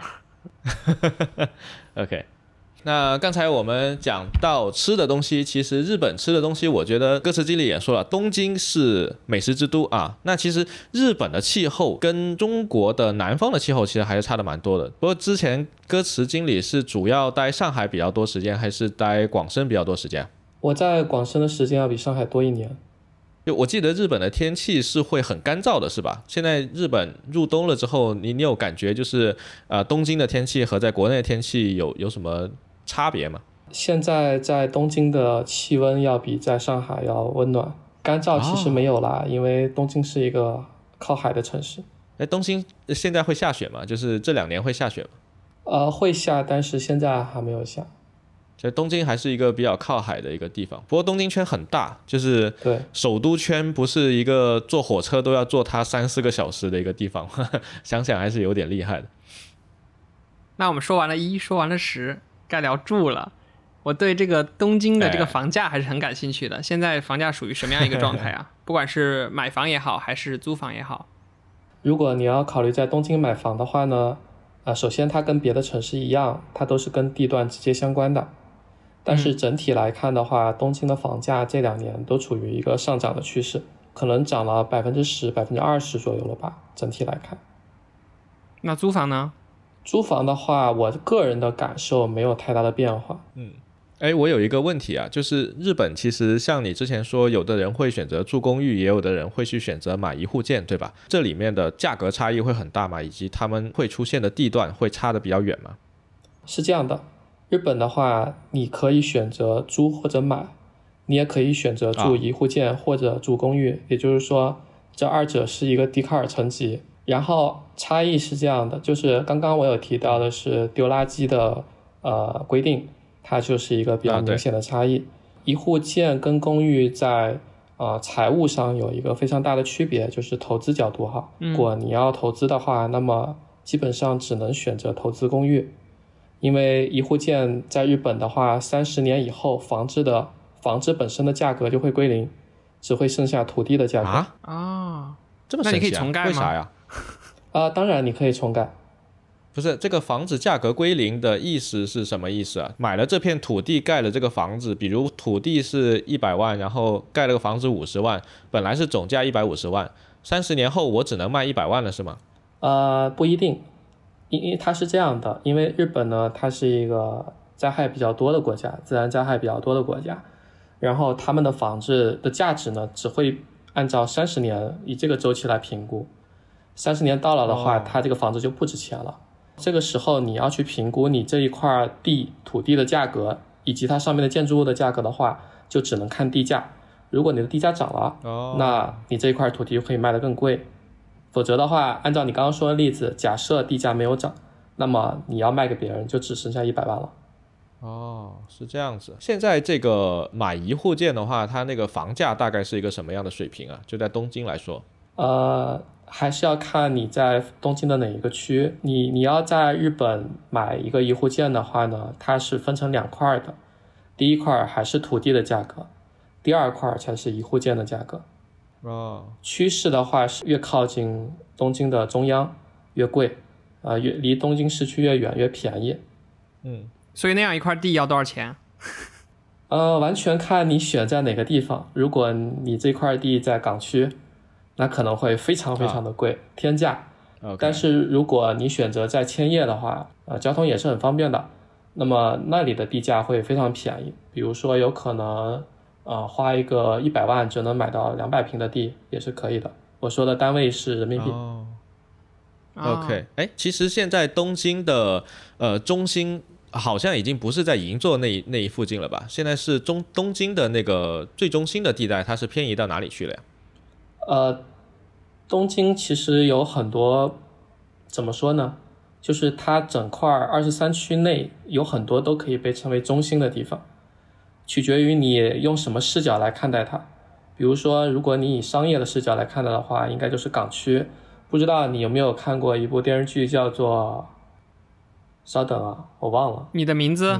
Speaker 1: OK， 那刚才我们讲到吃的东西，其实日本吃的东西，我觉得歌词经理也说了，东京是美食之都啊。那其实日本的气候跟中国的南方的气候其实还是差的蛮多的。不过之前歌词经理是主要待上海比较多时间，还是待广深比较多时间？
Speaker 3: 我在广深的时间要比上海多一年。
Speaker 1: 就我记得日本的天气是会很干燥的，是吧？现在日本入冬了之后，你你有感觉就是呃东京的天气和在国内的天气有有什么差别吗？
Speaker 3: 现在在东京的气温要比在上海要温暖，干燥其实没有啦，哦、因为东京是一个靠海的城市。
Speaker 1: 哎，东京现在会下雪吗？就是这两年会下雪吗？
Speaker 3: 呃，会下，但是现在还没有下。
Speaker 1: 其实东京还是一个比较靠海的一个地方，不过东京圈很大，就是
Speaker 3: 对
Speaker 1: 首都圈不是一个坐火车都要坐它三四个小时的一个地方，呵呵想想还是有点厉害的。
Speaker 2: 那我们说完了一，说完了十，该聊住了。我对这个东京的这个房价还是很感兴趣的。哎、现在房价属于什么样一个状态啊？不管是买房也好，还是租房也好。
Speaker 3: 如果你要考虑在东京买房的话呢，呃，首先它跟别的城市一样，它都是跟地段直接相关的。但是整体来看的话，嗯、东京的房价这两年都处于一个上涨的趋势，可能涨了百分之十、百分之二十左右了吧。整体来看，
Speaker 2: 那租房呢？
Speaker 3: 租房的话，我个人的感受没有太大的变化。
Speaker 1: 嗯，哎，我有一个问题啊，就是日本其实像你之前说，有的人会选择住公寓，也有的人会去选择买一户建，对吧？这里面的价格差异会很大吗？以及他们会出现的地段会差的比较远吗？
Speaker 3: 是这样的。日本的话，你可以选择租或者买，你也可以选择住一户建或者住公寓，啊、也就是说，这二者是一个笛卡尔层级。然后差异是这样的，就是刚刚我有提到的是丢垃圾的呃规定，它就是一个比较明显的差异。啊、一户建跟公寓在呃财务上有一个非常大的区别，就是投资角度哈。如果你要投资的话，那么基本上只能选择投资公寓。因为一户建在日本的话，三十年以后房子的房子本身的价格就会归零，只会剩下土地的价格。
Speaker 1: 啊
Speaker 2: 啊，
Speaker 1: 这么神奇啊？
Speaker 2: 那你可以重盖吗？
Speaker 1: 为啥呀？
Speaker 3: 啊、呃，当然你可以重盖。
Speaker 1: 不是，这个房子价格归零的意思是什么意思啊？买了这片土地盖了这个房子，比如土地是一百万，然后盖了个房子五十万，本来是总价一百五十万，三十年后我只能卖一百万了是吗？
Speaker 3: 呃，不一定。因为它是这样的，因为日本呢，它是一个灾害比较多的国家，自然灾害比较多的国家，然后他们的房子的价值呢，只会按照三十年以这个周期来评估，三十年到了的话，哦、它这个房子就不值钱了。这个时候你要去评估你这一块地土地的价格以及它上面的建筑物的价格的话，就只能看地价。如果你的地价涨了，哦、那你这一块土地就可以卖得更贵。否则的话，按照你刚刚说的例子，假设地价没有涨，那么你要卖给别人就只剩下一百万了。
Speaker 1: 哦，是这样子。现在这个买一户建的话，它那个房价大概是一个什么样的水平啊？就在东京来说，
Speaker 3: 呃，还是要看你在东京的哪一个区。你你要在日本买一个一户建的话呢，它是分成两块的，第一块还是土地的价格，第二块才是一户建的价格。
Speaker 1: 哦，
Speaker 3: 趋势的话是越靠近东京的中央越贵，啊、呃，越离东京市区越远越便宜。
Speaker 1: 嗯，
Speaker 2: 所以那样一块地要多少钱？
Speaker 3: 呃，完全看你选在哪个地方。如果你这块地在港区，那可能会非常非常的贵，啊、天价。
Speaker 1: Okay.
Speaker 3: 但是如果你选择在千叶的话，呃，交通也是很方便的，那么那里的地价会非常便宜。比如说有可能。呃，花一个一百万就能买到两百平的地也是可以的。我说的单位是人民币。
Speaker 1: 哦、OK， 哎，其实现在东京的呃中心好像已经不是在银座那那一附近了吧？现在是中东京的那个最中心的地带，它是偏移到哪里去了呀？
Speaker 3: 呃，东京其实有很多，怎么说呢？就是它整块二十三区内有很多都可以被称为中心的地方。取决于你用什么视角来看待它。比如说，如果你以商业的视角来看待的话，应该就是港区。不知道你有没有看过一部电视剧叫做……稍等啊，我忘了。
Speaker 2: 你的名字？
Speaker 1: 嗯、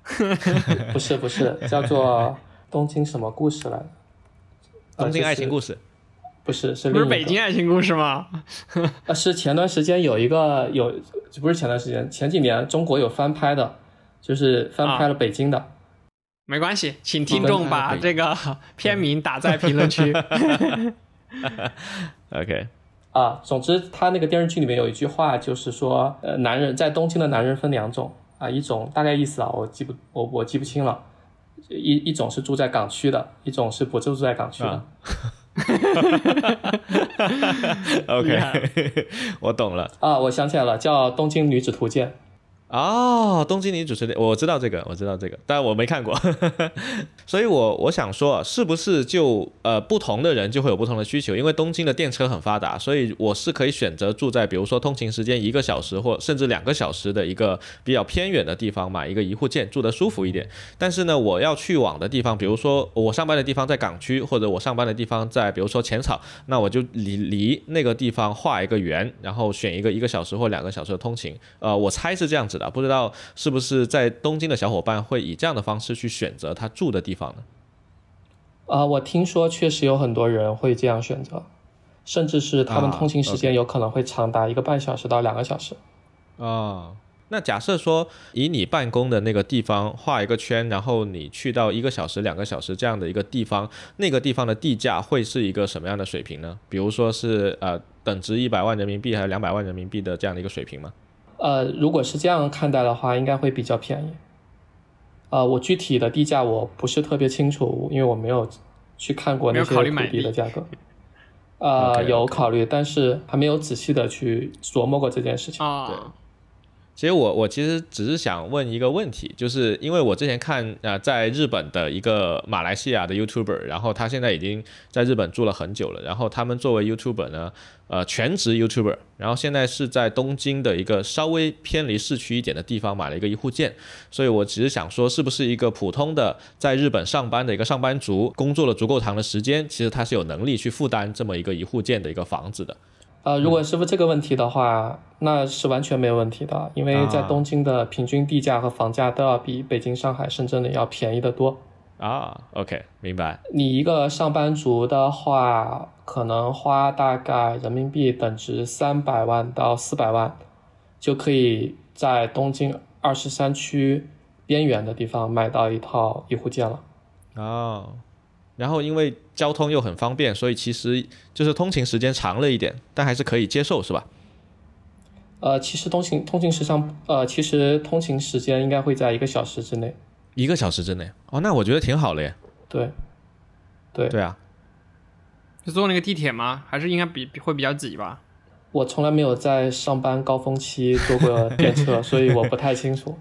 Speaker 3: 不是不是，叫做东京什么故事来着？
Speaker 1: 东京爱情故事。
Speaker 3: 不是，是
Speaker 2: 不是北京爱情故事吗？
Speaker 3: 啊，是前段时间有一个有，不是前段时间，前几年中国有翻拍的，就是翻拍了北京的。啊、
Speaker 2: 没关系，请听众把这个片名打在评论区。
Speaker 1: OK。
Speaker 3: 啊，总之他那个电视剧里面有一句话，就是说，呃，男人在东京的男人分两种啊，一种大概意思啊，我记不我我记不清了，一一种是住在港区的，一种是不住在港区的。啊
Speaker 1: OK 我懂了
Speaker 3: 啊，我想起来了，叫《东京女子图鉴》。
Speaker 1: 哦，东京女主持人，我知道这个，我知道这个，但我没看过。所以我我想说，是不是就呃不同的人就会有不同的需求？因为东京的电车很发达，所以我是可以选择住在比如说通勤时间一个小时或甚至两个小时的一个比较偏远的地方，买一个一户建，住得舒服一点。但是呢，我要去往的地方，比如说我上班的地方在港区，或者我上班的地方在比如说浅草，那我就离离那个地方画一个圆，然后选一个一个小时或两个小时的通勤。呃，我猜是这样子。不知道是不是在东京的小伙伴会以这样的方式去选择他住的地方呢？
Speaker 3: 啊、呃，我听说确实有很多人会这样选择，甚至是他们通勤时间有可能会长达一个半小时到两个小时。
Speaker 1: 啊、哦，那假设说以你办公的那个地方画一个圈，然后你去到一个小时、两个小时这样的一个地方，那个地方的地价会是一个什么样的水平呢？比如说是呃等值一百万人民币还是两百万人民币的这样的一个水平吗？
Speaker 3: 呃，如果是这样看待的话，应该会比较便宜。呃，我具体的地价我不是特别清楚，因为我没有去看过那些土地的价格。呃， okay, okay. 有考虑，但是还没有仔细的去琢磨过这件事情。
Speaker 2: 啊，
Speaker 1: 对。其实我我其实只是想问一个问题，就是因为我之前看呃在日本的一个马来西亚的 YouTuber， 然后他现在已经在日本住了很久了，然后他们作为 YouTuber 呢，呃全职 YouTuber， 然后现在是在东京的一个稍微偏离市区一点的地方买了一个一户建，所以我只是想说，是不是一个普通的在日本上班的一个上班族，工作了足够长的时间，其实他是有能力去负担这么一个一户建的一个房子的。
Speaker 3: 呃，如果是这个问题的话，那是完全没有问题的，因为在东京的平均地价和房价都要比北京、上海、深圳的要便宜得多。
Speaker 1: 啊 ，OK， 明白。
Speaker 3: 你一个上班族的话，可能花大概人民币等值三百万到四百万，就可以在东京二十三区边缘的地方买到一套一户建了。
Speaker 1: 哦。然后因为交通又很方便，所以其实就是通勤时间长了一点，但还是可以接受，是吧？
Speaker 3: 呃，其实通勤通勤时长，呃，其实通勤时间应该会在一个小时之内。
Speaker 1: 一个小时之内？哦，那我觉得挺好的耶。
Speaker 3: 对，对，
Speaker 1: 对啊。
Speaker 2: 是坐那个地铁吗？还是应该比会比较挤吧？
Speaker 3: 我从来没有在上班高峰期坐过电车，所以我不太清楚。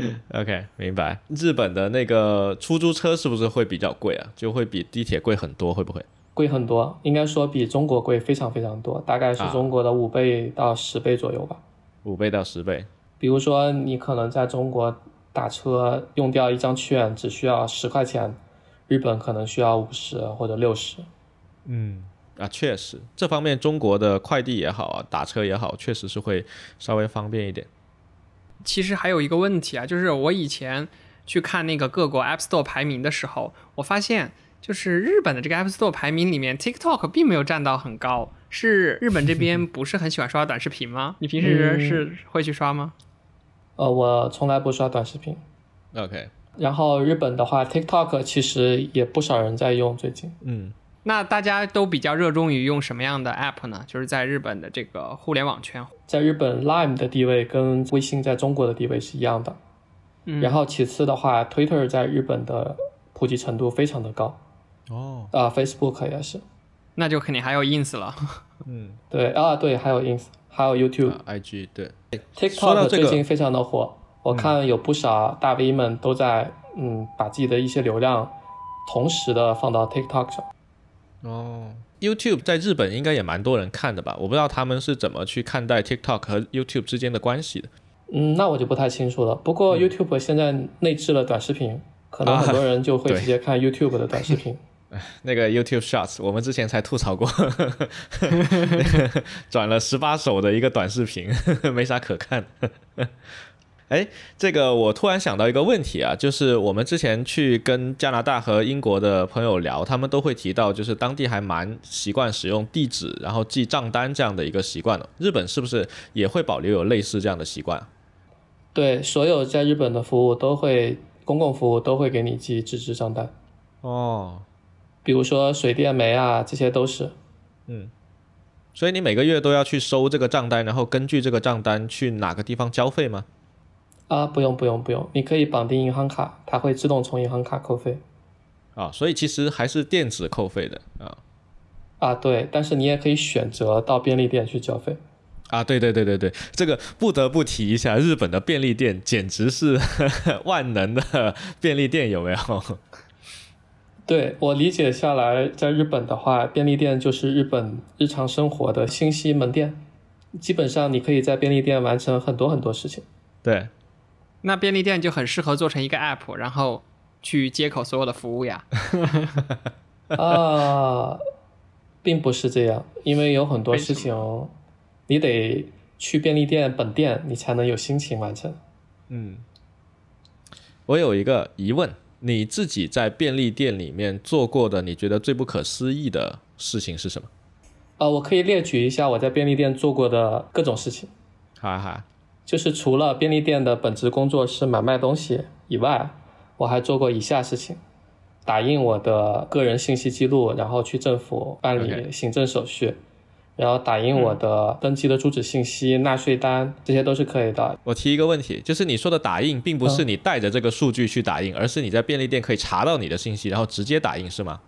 Speaker 1: OK， 明白。日本的那个出租车是不是会比较贵啊？就会比地铁贵很多，会不会？
Speaker 3: 贵很多，应该说比中国贵非常非常多，大概是中国的五倍到十倍左右吧。
Speaker 1: 五倍到十倍。
Speaker 3: 比如说，你可能在中国打车用掉一张券只需要十块钱，日本可能需要五十或者六十。
Speaker 1: 嗯，啊，确实，这方面中国的快递也好啊，打车也好，确实是会稍微方便一点。
Speaker 2: 其实还有一个问题啊，就是我以前去看那个各国 App Store 排名的时候，我发现就是日本的这个 App Store 排名里面 TikTok 并没有占到很高。是日本这边不是很喜欢刷短视频吗？你平时是会去刷吗？
Speaker 3: 呃，我从来不刷短视频。
Speaker 1: OK。
Speaker 3: 然后日本的话 TikTok 其实也不少人在用最近。
Speaker 1: 嗯。
Speaker 2: 那大家都比较热衷于用什么样的 App 呢？就是在日本的这个互联网圈。
Speaker 3: 在日本 Line 的地位跟微信在中国的地位是一样的。嗯。然后其次的话 Twitter 在日本的普及程度非常的高。
Speaker 1: 哦。
Speaker 3: 啊、呃、Facebook 也是。
Speaker 2: 那就肯定还有 Ins 了。
Speaker 1: 嗯，
Speaker 3: 对啊，对，还有 Ins， 还有 YouTube、I
Speaker 1: G， 对。
Speaker 3: TikTok 最近非常的火，我看有不少大 V 们都在嗯把自己的一些流量同时的放到 TikTok 上。
Speaker 1: 哦 ，YouTube 在日本应该也蛮多人看的吧？我不知道他们是怎么去看待 TikTok 和 YouTube 之间的关系的。
Speaker 3: 嗯，那我就不太清楚了。不过 YouTube 现在内置了短视频，嗯、可能很多人就会直接看 YouTube 的短视频。
Speaker 1: 那个 YouTube Shorts 我们之前才吐槽过转了十八首的一个短视频没啥可看哎，这个我突然想到一个问题啊，就是我们之前去跟加拿大和英国的朋友聊，他们都会提到，就是当地还蛮习惯使用地址，然后记账单这样的一个习惯的。日本是不是也会保留有类似这样的习惯？
Speaker 3: 对，所有在日本的服务都会，公共服务都会给你记纸质账单。
Speaker 1: 哦，
Speaker 3: 比如说水电煤啊，这些都是。
Speaker 1: 嗯，所以你每个月都要去收这个账单，然后根据这个账单去哪个地方交费吗？
Speaker 3: 啊，不用不用不用，你可以绑定银行卡，它会自动从银行卡扣费。
Speaker 1: 啊，所以其实还是电子扣费的啊。
Speaker 3: 啊，对，但是你也可以选择到便利店去交费。
Speaker 1: 啊，对对对对对，这个不得不提一下，日本的便利店简直是呵呵万能的便利店，有没有？
Speaker 3: 对，我理解下来，在日本的话，便利店就是日本日常生活的信息门店，基本上你可以在便利店完成很多很多事情。
Speaker 1: 对。
Speaker 2: 那便利店就很适合做成一个 app， 然后去接口所有的服务呀。
Speaker 3: 啊，并不是这样，因为有很多事情你得去便利店本店，你才能有心情完成。
Speaker 1: 嗯，我有一个疑问，你自己在便利店里面做过的，你觉得最不可思议的事情是什么？
Speaker 3: 呃，我可以列举一下我在便利店做过的各种事情。
Speaker 1: 好啊好啊。
Speaker 3: 就是除了便利店的本职工作是买卖东西以外，我还做过以下事情：打印我的个人信息记录，然后去政府办理行政手续， okay. 然后打印我的登记的住址信息、纳税单，这些都是可以的。
Speaker 1: 我提一个问题，就是你说的打印并不是你带着这个数据去打印、嗯、而是你在便利店可以查到你的信息然后直接打印是吗？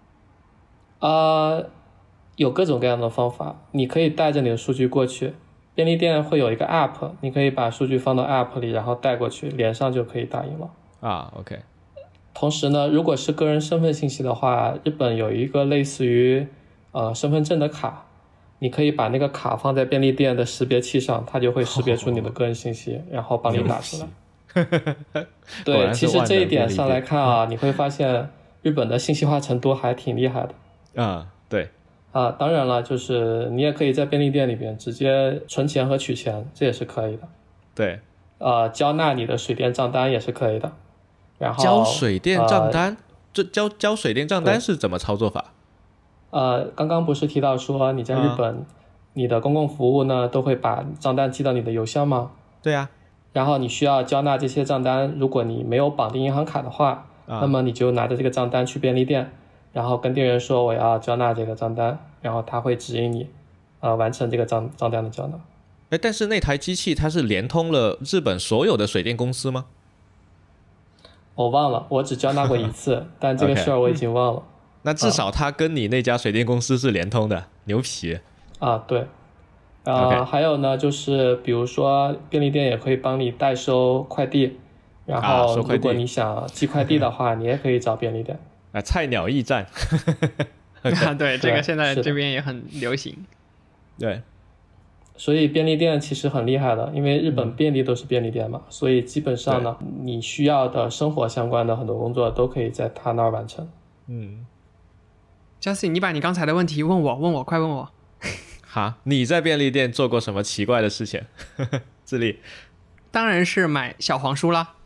Speaker 3: 呃，有各种各样的方法，你可以带着你的数据过去，便利店会有一个 app， 你可以把数据放到 app 里，然后带过去，连上就可以打印了。
Speaker 1: 啊 ，OK。
Speaker 3: 同时呢，如果是个人身份信息的话，日本有一个类似于呃身份证的卡，你可以把那个卡放在便利店的识别器上，它就会识别出你的个人信息， oh. 然后帮你打出来。对，其实这一点上来看啊，你会发现日本的信息化程度还挺厉害的。
Speaker 1: 啊，对。
Speaker 3: 啊，当然了，就是你也可以在便利店里边直接存钱和取钱，这也是可以的。
Speaker 1: 对。
Speaker 3: 呃，交纳你的水电账单也是可以的。然后
Speaker 1: 交水电账单，
Speaker 3: 呃、
Speaker 1: 这交交水电账单是怎么操作法？
Speaker 3: 呃，刚刚不是提到说你在日本，嗯、你的公共服务呢都会把账单寄到你的邮箱吗？
Speaker 1: 对啊。
Speaker 3: 然后你需要交纳这些账单，如果你没有绑定银行卡的话，嗯、那么你就拿着这个账单去便利店。然后跟店员说我要交纳这个账单，然后他会指引你，呃，完成这个账账单的交纳。
Speaker 1: 哎，但是那台机器它是连通了日本所有的水电公司吗？
Speaker 3: 我忘了，我只交纳过一次，但这个事儿我已经忘了。
Speaker 1: Okay. 那至少它跟你那家水电公司是连通的，啊、牛皮。
Speaker 3: 啊，对。呃， okay. 还有呢，就是比如说便利店也可以帮你代收快递，然后如果你想寄快递的话，啊、你也可以找便利店。
Speaker 1: 啊，菜鸟驿站。
Speaker 2: 啊，对，这个现在这边也很流行。
Speaker 1: 对，
Speaker 3: 所以便利店其实很厉害的，因为日本便利都是便利店嘛，嗯、所以基本上呢，你需要的生活相关的很多工作都可以在他那儿完成。
Speaker 1: 嗯
Speaker 2: ，Justin， 你把你刚才的问题问我，问我，快问我。
Speaker 1: 哈，你在便利店做过什么奇怪的事情？自立。
Speaker 2: 当然是买小黄书啦。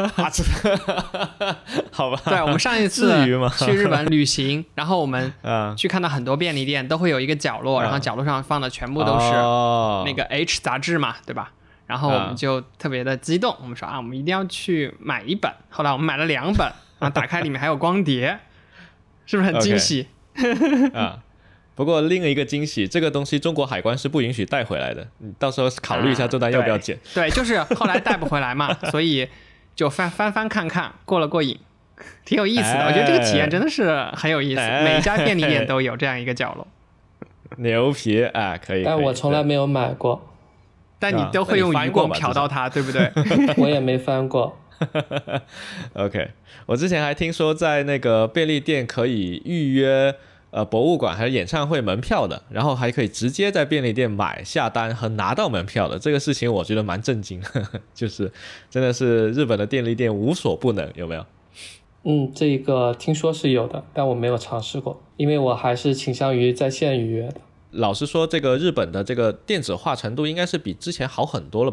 Speaker 1: 好吧。
Speaker 2: 对，我们上一次去日本旅行，然后我们去看到很多便利店都会有一个角落，然后角落上放的全部都是那个 H 杂志嘛，对吧？然后我们就特别的激动，我们说啊，我们一定要去买一本。后来我们买了两本，然后打开里面还有光碟，是不是很惊喜？
Speaker 1: Okay. 啊。不过另一个惊喜，这个东西中国海关是不允许带回来的，你到时候考虑一下这单要不要剪。
Speaker 2: 啊、对, 对，就是后来带不回来嘛，所以就翻翻翻看看，过了过瘾，挺有意思的。哎、我觉得这个体验真的是很有意思，哎、每一家便利店都有这样一个角落。
Speaker 1: 牛皮啊，可以。
Speaker 3: 但我从来没有买过。
Speaker 2: 但你都会用余光瞟到它，对不对？
Speaker 3: 我也没翻过。
Speaker 1: OK， 我之前还听说在那个便利店可以预约。呃，博物馆还有演唱会门票的，然后还可以直接在便利店买下单和拿到门票的，这个事情我觉得蛮震惊，呵呵，就是真的是日本的便利店无所不能，有没有？
Speaker 3: 嗯，这个听说是有的，但我没有尝试过，因为我还是倾向于在线预约的。
Speaker 1: 老实说，这个日本的这个电子化程度应该是比之前好很多了吧？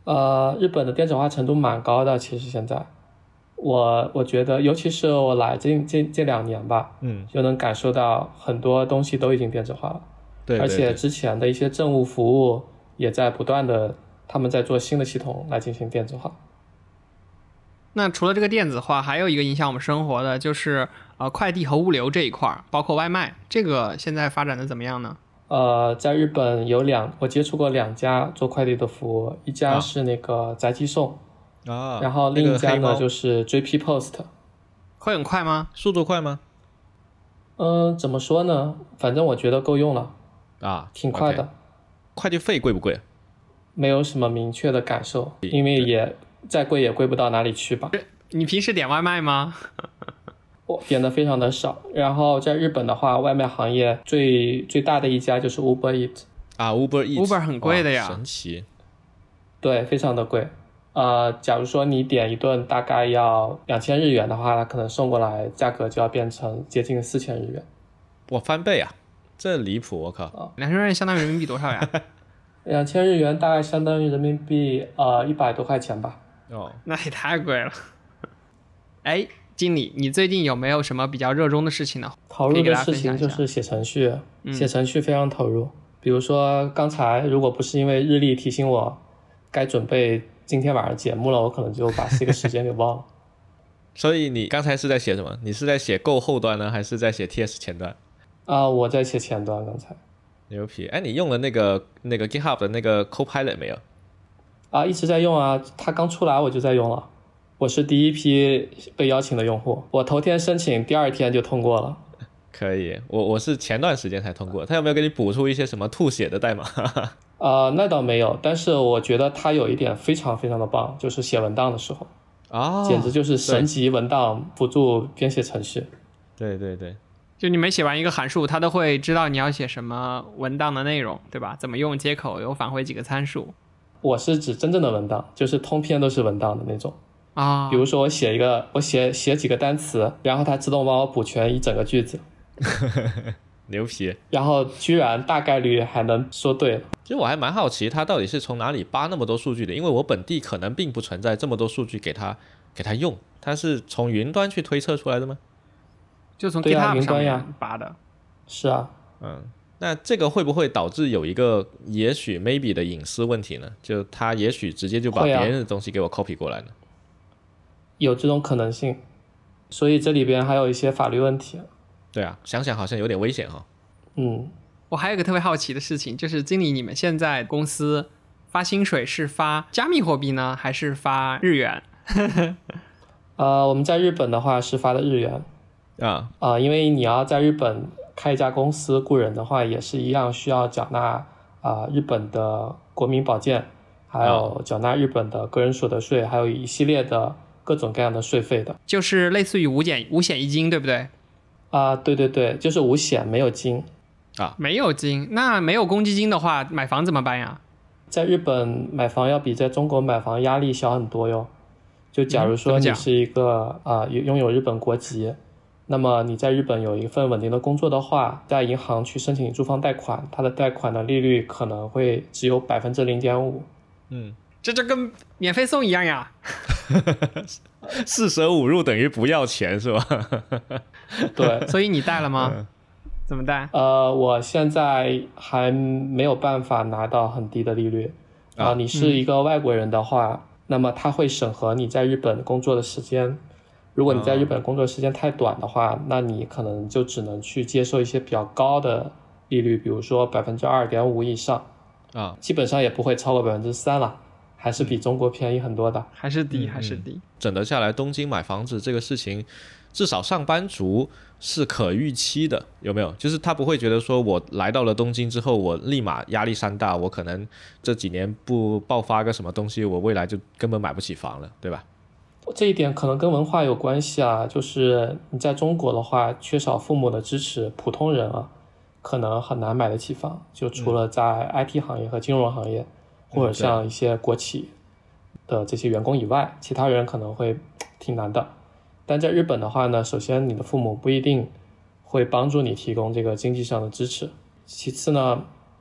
Speaker 3: 呃，日本的电子化程度蛮高的，其实现在，我我觉得，尤其是我来这这这两年吧，
Speaker 1: 嗯，
Speaker 3: 就能感受到很多东西都已经电子化了，
Speaker 1: 对，
Speaker 3: 而且之前的一些政务服务也在不断的，他们在做新的系统来进行电子化。
Speaker 2: 那除了这个电子化，还有一个影响我们生活的就是呃快递和物流这一块，包括外卖，这个现在发展的怎么样呢？
Speaker 3: 呃，在日本有两，我接触过两家做快递的服务，一家是那个宅急送，
Speaker 1: 啊，
Speaker 3: 然后另一家呢
Speaker 1: 那个黑猫
Speaker 3: 就是 J P Post。
Speaker 2: 会很快吗？
Speaker 1: 速度快吗？
Speaker 3: 嗯，怎么说呢？反正我觉得够用了，
Speaker 1: 啊，
Speaker 3: 挺快的。
Speaker 1: OK 快递费贵不贵？
Speaker 3: 没有什么明确的感受，因为也再贵也贵不到哪里去吧。
Speaker 2: 你平时点外卖吗？
Speaker 3: 我点的非常的少。然后在日本的话，外卖行业最最大的一家就是 Uber Eats。
Speaker 1: 啊 ，Uber Eats
Speaker 2: Uber 很贵的呀，
Speaker 1: 神奇。
Speaker 3: 对，非常的贵。呃，假如说你点一顿大概要两千日元的话，它可能送过来价格就要变成接近四千日元。
Speaker 1: 哇，翻倍啊，这离谱！我靠，
Speaker 2: 两千日元相当于人民币多少呀？
Speaker 3: 两千日元大概相当于人民币呃一百多块钱吧。
Speaker 1: 哦，
Speaker 2: 那也太贵了。哎，经理，你最近有没有什么比较热衷的事情呢？
Speaker 3: 投入的事情就是写程序，写程序非常投入。比如说刚才如果不是因为日历提醒我该准备今天晚上节目了，我可能就把这个时间给忘了。
Speaker 1: 所以你刚才是在写什么？你是在写 Go 后端呢，还是在写 T S 前端？
Speaker 3: 啊、呃，我在写前端刚才。
Speaker 1: 牛皮！哎，你用了那个那个 GitHub 的那个 Copilot 没有？
Speaker 3: 啊，一直在用啊，它刚出来我就在用了。我是第一批被邀请的用户，我头天申请，第二天就通过了。
Speaker 1: 可以，我我是前段时间才通过。他有没有给你补出一些什么吐血的代码？
Speaker 3: 呃，那倒没有，但是我觉得它有一点非常非常的棒，就是写文档的时候，
Speaker 1: 啊、哦，
Speaker 3: 简直就是神级文档辅助编写程序。
Speaker 1: 对对对，
Speaker 2: 就你每写完一个函数，它都会知道你要写什么文档的内容，对吧？怎么用接口，有返回几个参数。
Speaker 3: 我是指真正的文档，就是通篇都是文档的那种。
Speaker 2: 啊，
Speaker 3: 比如说我写一个，我写写几个单词，然后它自动帮我补全一整个句子，
Speaker 1: 牛皮！
Speaker 3: 然后居然大概率还能说对了。
Speaker 1: 其实我还蛮好奇，它到底是从哪里扒那么多数据的？因为我本地可能并不存在这么多数据给它给它用，它是从云端去推测出来的吗？
Speaker 2: 就从
Speaker 3: 对啊，
Speaker 2: GitHub
Speaker 3: 云
Speaker 2: 上面
Speaker 3: 端呀，
Speaker 2: 扒的。
Speaker 3: 是啊，
Speaker 1: 嗯，那这个会不会导致有一个也许 maybe 的隐私问题呢？就他也许直接就把
Speaker 3: 会啊
Speaker 1: 别人的东西给我 copy 过来呢？
Speaker 3: 有这种可能性，所以这里边还有一些法律问题。
Speaker 1: 对啊，想想好像有点危险哈、哦。
Speaker 3: 嗯，
Speaker 2: 我还有一个特别好奇的事情，就是经理，你们现在公司发薪水是发加密货币呢，还是发日元？
Speaker 3: 呃，我们在日本的话是发的日元
Speaker 1: 啊
Speaker 3: 啊、呃，因为你要在日本开一家公司雇人的话，也是一样需要缴纳啊、呃、日本的国民保健，还有缴纳日本的个人所得税，还有一系列的各种各样的税费的。
Speaker 2: 就是类似于五险五险一金，对不对？
Speaker 3: 啊、呃，对对对，就是无险没有金
Speaker 1: 啊，
Speaker 2: 没有金。那没有公积金的话，买房怎么办呀？
Speaker 3: 在日本买房要比在中国买房压力小很多哟。就假如说
Speaker 2: 嗯
Speaker 3: 你是一个啊、呃、拥有日本国籍，那么你在日本有一份稳定的工作的话，在银行去申请住房贷款，它的贷款的利率可能会只有百分之零点五。
Speaker 1: 嗯，
Speaker 2: 这就跟免费送一样呀。
Speaker 1: 四舍五入等于不要钱是吧？
Speaker 3: 对，
Speaker 2: 所以你贷了吗？嗯、怎么贷？
Speaker 3: 呃，我现在还没有办法拿到很低的利率啊、呃。你是一个外国人的话。嗯，那么他会审核你在日本工作的时间，如果你在日本工作时间太短的话，那你可能就只能去接受一些比较高的利率，比如说百分之二点五以上
Speaker 1: 啊，
Speaker 3: 基本上也不会超过百分之三了，还是比中国便宜很多的，
Speaker 2: 还是低，还是低。
Speaker 1: 嗯、整得下来，东京买房子这个事情，至少上班族是可预期的，有没有？就是他不会觉得说我来到了东京之后，我立马压力山大，我可能这几年不爆发个什么东西，我未来就根本买不起房了，对吧？
Speaker 3: 这一点可能跟文化有关系啊，就是你在中国的话，缺少父母的支持，普通人啊，可能很难买得起房，就除了在 I T 行业和金融行业，嗯、或者像一些国企的这些员工以外，其他人可能会挺难的。但在日本的话呢，首先你的父母不一定会帮助你提供这个经济上的支持，其次呢，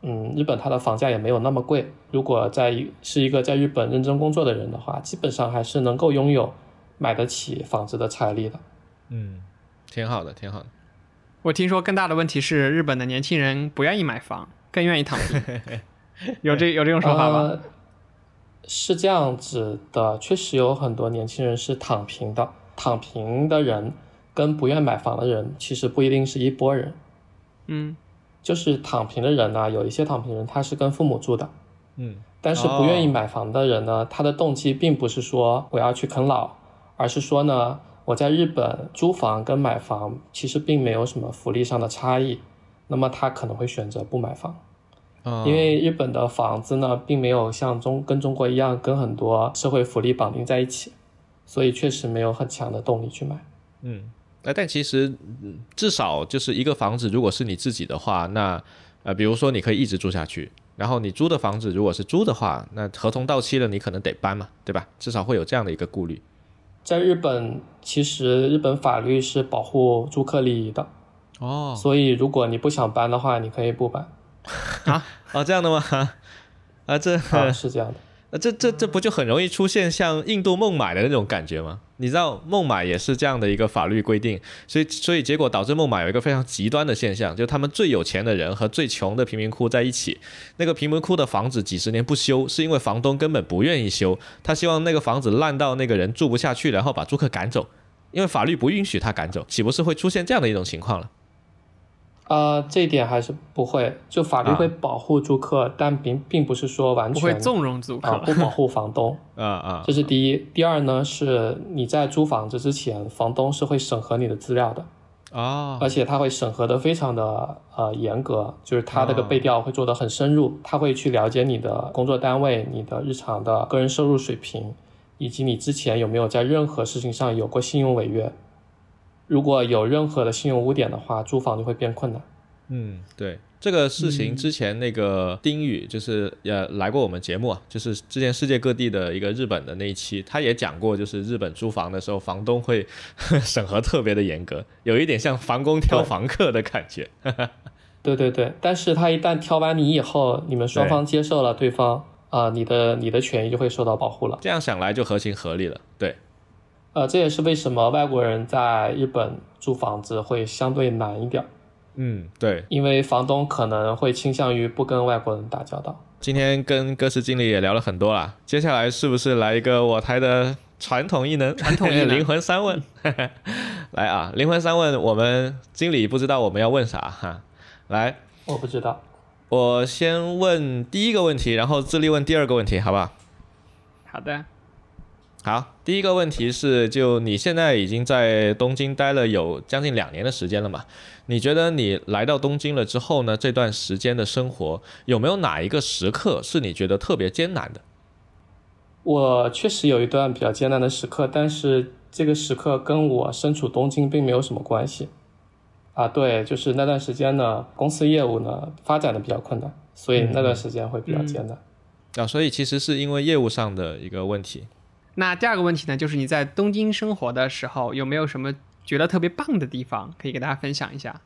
Speaker 3: 嗯，日本它的房价也没有那么贵。如果在是一个在日本认真工作的人的话，基本上还是能够拥有买得起房子的财力的。
Speaker 1: 嗯，挺好的，挺好的。
Speaker 2: 我听说更大的问题是日本的年轻人不愿意买房，更愿意躺平，有这有这种说法吗？
Speaker 3: 呃，是这样子的，确实有很多年轻人是躺平的。躺平的人跟不愿买房的人其实不一定是一拨人。
Speaker 2: 嗯，
Speaker 3: 就是躺平的人呢，有一些躺平人他是跟父母住的，
Speaker 1: 嗯，
Speaker 3: 但是不愿意买房的人呢，哦、他的动机并不是说我要去啃老，而是说呢，我在日本租房跟买房其实并没有什么福利上的差异，那么他可能会选择不买房。
Speaker 1: 哦、
Speaker 3: 因为日本的房子呢，并没有像中跟中国一样跟很多社会福利绑定在一起，所以确实没有很强的动力去买。
Speaker 1: 嗯。但其实至少就是一个房子如果是你自己的话，那呃，比如说你可以一直住下去，然后你租的房子如果是租的话，那合同到期了你可能得搬嘛，对吧？至少会有这样的一个顾虑。
Speaker 3: 在日本其实日本法律是保护租客利益的
Speaker 1: 哦，
Speaker 3: 所以如果你不想搬的话你可以不搬。
Speaker 1: 啊哦，这样的吗？啊这
Speaker 3: 啊是这样的。
Speaker 1: 这这这不就很容易出现像印度孟买的那种感觉吗？你知道孟买也是这样的一个法律规定，所以所以结果导致孟买有一个非常极端的现象，就是他们最有钱的人和最穷的贫民窟在一起，那个贫民窟的房子几十年不修，是因为房东根本不愿意修，他希望那个房子烂到那个人住不下去，然后把租客赶走，因为法律不允许他赶走，岂不是会出现这样的一种情况了？
Speaker 3: 呃，这一点还是不会，就法律会保护租客，啊、但并并不是说完全
Speaker 2: 不会纵容租客，
Speaker 3: 啊、不保护房东。
Speaker 1: 啊啊，
Speaker 3: 这是第一。第二呢，是你在租房子之前，房东是会审核你的资料的，
Speaker 1: 哦，
Speaker 3: 而且他会审核的非常的呃严格，就是他这个背调会做得很深入，他会去了解你的工作单位、你的日常的个人收入水平，以及你之前有没有在任何事情上有过信用违约。如果有任何的信用污点的话，租房就会变困难。
Speaker 1: 嗯，对，这个事情之前那个丁宇就是呃来过我们节目啊，就是之前世界各地的一个日本的那一期，他也讲过，就是日本租房的时候，房东会审核特别的严格，有一点像房公挑房客的感觉。
Speaker 3: 对对对，但是他一旦挑完你以后，你们双方接受了对方啊、呃，你的你的权益就会受到保护了。
Speaker 1: 这样想来就合情合理了，对。
Speaker 3: 呃，这也是为什么外国人在日本租房子会相对难一点。
Speaker 1: 嗯，对，
Speaker 3: 因为房东可能会倾向于不跟外国人打交道。
Speaker 1: 今天跟歌词经理也聊了很多啦，接下来是不是来一个我台的传统异能？
Speaker 2: 传统异能
Speaker 1: 灵魂三问。来啊，灵魂三问，我们经理不知道我们要问啥哈。来，
Speaker 3: 我不知道。
Speaker 1: 我先问第一个问题，然后自立问第二个问题，好不好？
Speaker 2: 好的。
Speaker 1: 好，第一个问题是，就你现在已经在东京待了有将近两年的时间了嘛？你觉得你来到东京了之后呢，这段时间的生活有没有哪一个时刻是你觉得特别艰难的？
Speaker 3: 我确实有一段比较艰难的时刻，但是这个时刻跟我身处东京并没有什么关系。啊，对，就是那段时间呢，公司业务呢发展的比较困难，所以那段时间会比较艰难。
Speaker 1: 嗯、啊，所以其实是因为业务上的一个问题。
Speaker 2: 那第二个问题呢，就是你在东京生活的时候，有没有什么觉得特别棒的地方可以给大家分享一下？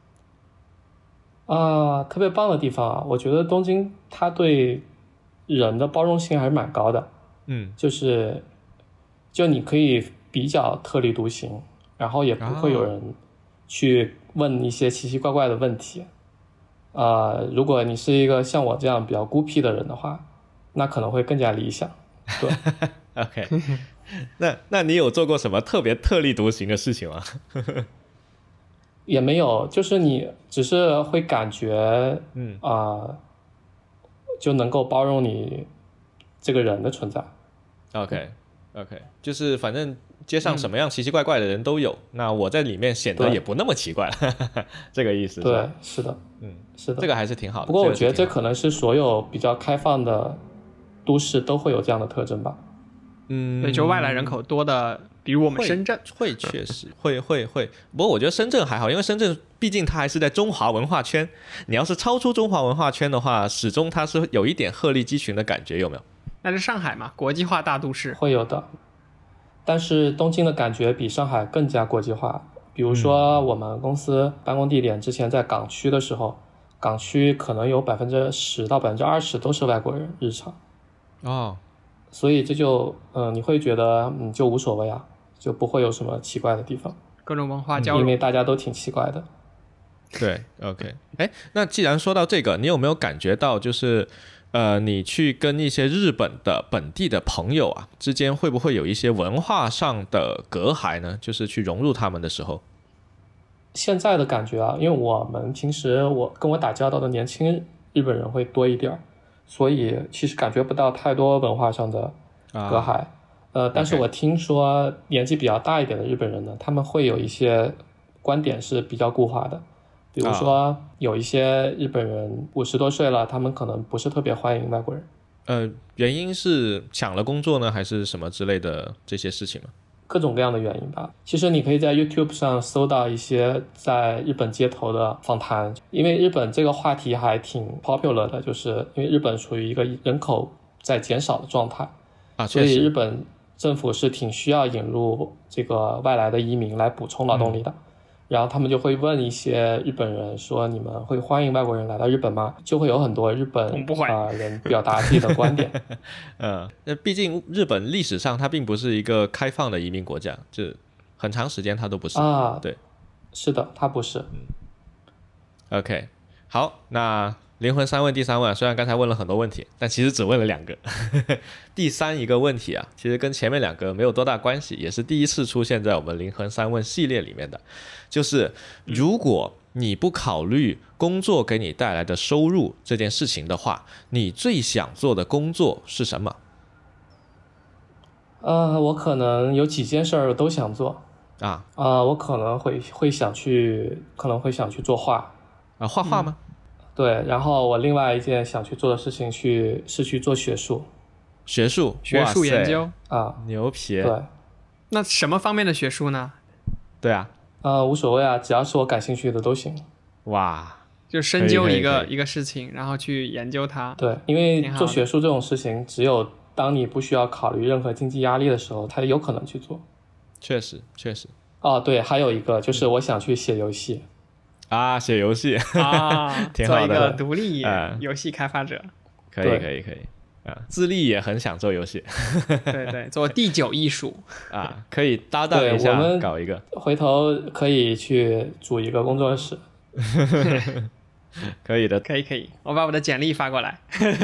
Speaker 3: 啊，特别棒的地方啊，我觉得东京它对人的包容性还是蛮高的。
Speaker 1: 嗯，
Speaker 3: 就是就你可以比较特立独行，然后也不会有人去问一些奇奇怪怪的问题。呃，如果你是一个像我这样比较孤僻的人的话，那可能会更加理想。对。
Speaker 1: OK， 那那你有做过什么特别特立独行的事情吗？
Speaker 3: 也没有，就是你只是会感觉，
Speaker 1: 嗯
Speaker 3: 啊、呃，就能够包容你这个人的存在。
Speaker 1: OK OK， 就是反正街上什么样奇奇怪怪的人都有，嗯、那我在里面显得也不那么奇怪了，这个意思是吧？
Speaker 3: 对，是的，
Speaker 1: 嗯，
Speaker 3: 是的，
Speaker 1: 这个还是挺好的。
Speaker 3: 不过我觉得这可能是所有比较开放的都市都会有这样的特征吧。
Speaker 1: 嗯，
Speaker 2: 对，就外来人口多的，比如我们深圳，
Speaker 1: 会确实会会会。不过我觉得深圳还好，因为深圳毕竟它还是在中华文化圈。你要是超出中华文化圈的话，始终它是有一点鹤立鸡群的感觉，有没有？
Speaker 2: 那是上海嘛，国际化大都市。
Speaker 3: 会有的，但是东京的感觉比上海更加国际化。比如说我们公司办公地点之前在港区的时候， 港区可能有百分之十到百分之二十都是外国人日常。
Speaker 1: 哦，
Speaker 3: 所以这就嗯、呃，你会觉得嗯就无所谓啊，就不会有什么奇怪的地方，
Speaker 2: 各种文化交流，
Speaker 3: 因为大家都挺奇怪的。
Speaker 1: 对 ，OK， 哎，那既然说到这个，你有没有感觉到就是呃，你去跟一些日本的本地的朋友啊之间，会不会有一些文化上的隔阂呢？就是去融入他们的时候。
Speaker 3: 现在的感觉啊，因为我们平时我跟我打交道的年轻日本人会多一点，所以其实感觉不到太多文化上的隔阂。啊、呃，但是我听说年纪比较大一点的日本人呢，他们会有一些观点是比较固化的。比如说有一些日本人五十多岁了，他们可能不是特别欢迎外国人。
Speaker 1: 呃，原因是抢了工作呢，还是什么之类的这些事情吗？
Speaker 3: 各种各样的原因吧。其实你可以在 YouTube 上搜到一些在日本街头的访谈，因为日本这个话题还挺 popular 的，就是因为日本属于一个人口在减少的状态
Speaker 1: 啊，
Speaker 3: 所以日本政府是挺需要引入这个外来的移民来补充劳动力的。嗯，然后他们就会问一些日本人说，你们会欢迎外国人来到日本吗？就会有很多日本
Speaker 2: 不会、
Speaker 3: 呃、人表达自己的观点。
Speaker 1: 嗯，那毕竟日本历史上它并不是一个开放的移民国家，就很长时间它都不是
Speaker 3: 啊。
Speaker 1: 对，
Speaker 3: 是的，它不是。
Speaker 1: 嗯 OK， 好，那灵魂三问第三问，虽然刚才问了很多问题，但其实只问了两个。第三一个问题啊，其实跟前面两个没有多大关系，也是第一次出现在我们灵魂三问系列里面的，就是如果你不考虑工作给你带来的收入这件事情的话，你最想做的工作是什么？
Speaker 3: 呃，我可能有几件事儿都想做
Speaker 1: 啊。
Speaker 3: 啊、呃，我可能会会想去，可能会想去作画
Speaker 1: 啊，画画吗？
Speaker 3: 嗯，对，然后我另外一件想去做的事情去是去做学术，
Speaker 1: 学术，
Speaker 2: 学术研究
Speaker 3: 啊，
Speaker 1: 牛皮。
Speaker 3: 对，
Speaker 2: 那什么方面的学术呢？
Speaker 1: 对啊，
Speaker 3: 呃，无所谓啊，只要是我感兴趣的都行。
Speaker 1: 哇，
Speaker 2: 就深究一个一个事情，然后去研究它。
Speaker 3: 对，因为做学术这种事情，只有当你不需要考虑任何经济压力的时候，才有可能去做。
Speaker 1: 确实，确实。
Speaker 3: 哦，对，还有一个就是我想去写游戏。
Speaker 1: 啊，写游戏
Speaker 2: 啊，
Speaker 1: 挺好的，
Speaker 2: 做一个独立游戏开发者，
Speaker 1: 可以可以可以啊，自立也很想做游戏，
Speaker 2: 对对，做第九艺术
Speaker 1: 啊，可以搭档一下，搞一个，
Speaker 3: 回头可以去组一个工作室，
Speaker 1: 可以的，
Speaker 2: 可以可以，我把我的简历发过来。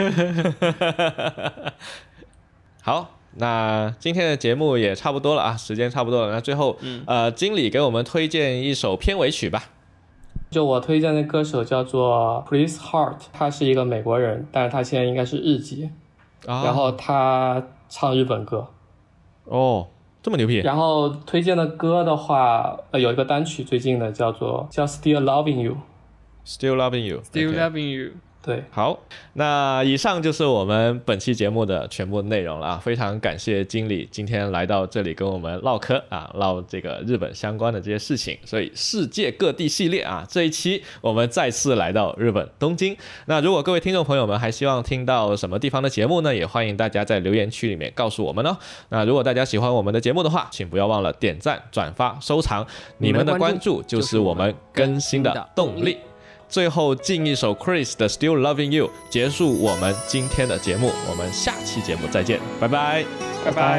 Speaker 1: 好。那今天的节目也差不多了啊，时间差不多了。那最后，嗯、呃，经理给我们推荐一首片尾曲吧。
Speaker 3: 就我推荐的歌手叫做 Chris Hart， 他是一个美国人，但是他现在应该是日籍，哦、然后他唱日本歌。
Speaker 1: 哦，这么牛逼。
Speaker 3: 然后推荐的歌的话，呃，有一个单曲最近的叫做叫 Still Loving
Speaker 1: You。Still Loving You。Still
Speaker 2: okay. Loving You。
Speaker 3: 对，
Speaker 1: 好，那以上就是我们本期节目的全部内容了啊！非常感谢经理今天来到这里跟我们唠嗑啊，唠这个日本相关的这些事情。所以世界各地系列啊，这一期我们再次来到日本东京。那如果各位听众朋友们还希望听到什么地方的节目呢，也欢迎大家在留言区里面告诉我们哦。那如果大家喜欢我们的节目的话，请不要忘了点赞、转发、收藏，你们的关注就是我们更新的动力。最后进一首 Chris 的 Still Loving You 结束我们今天的节目，我们下期节目再见，拜拜
Speaker 2: 拜拜。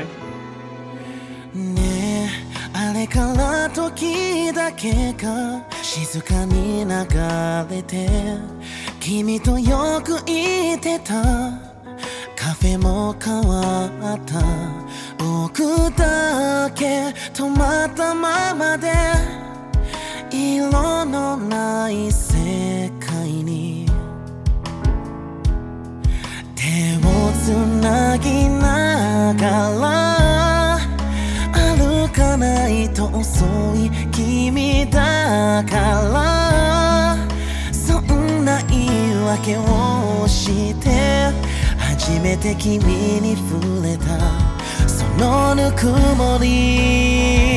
Speaker 4: ねあれから時だけが静かに流れて君とよく行ってたカフェも変わった僕だけ止まったままで色のない世界に手をつなぎながら歩かないと遅い君だからそんな言い訳をして初めて君に触れたそのぬくもり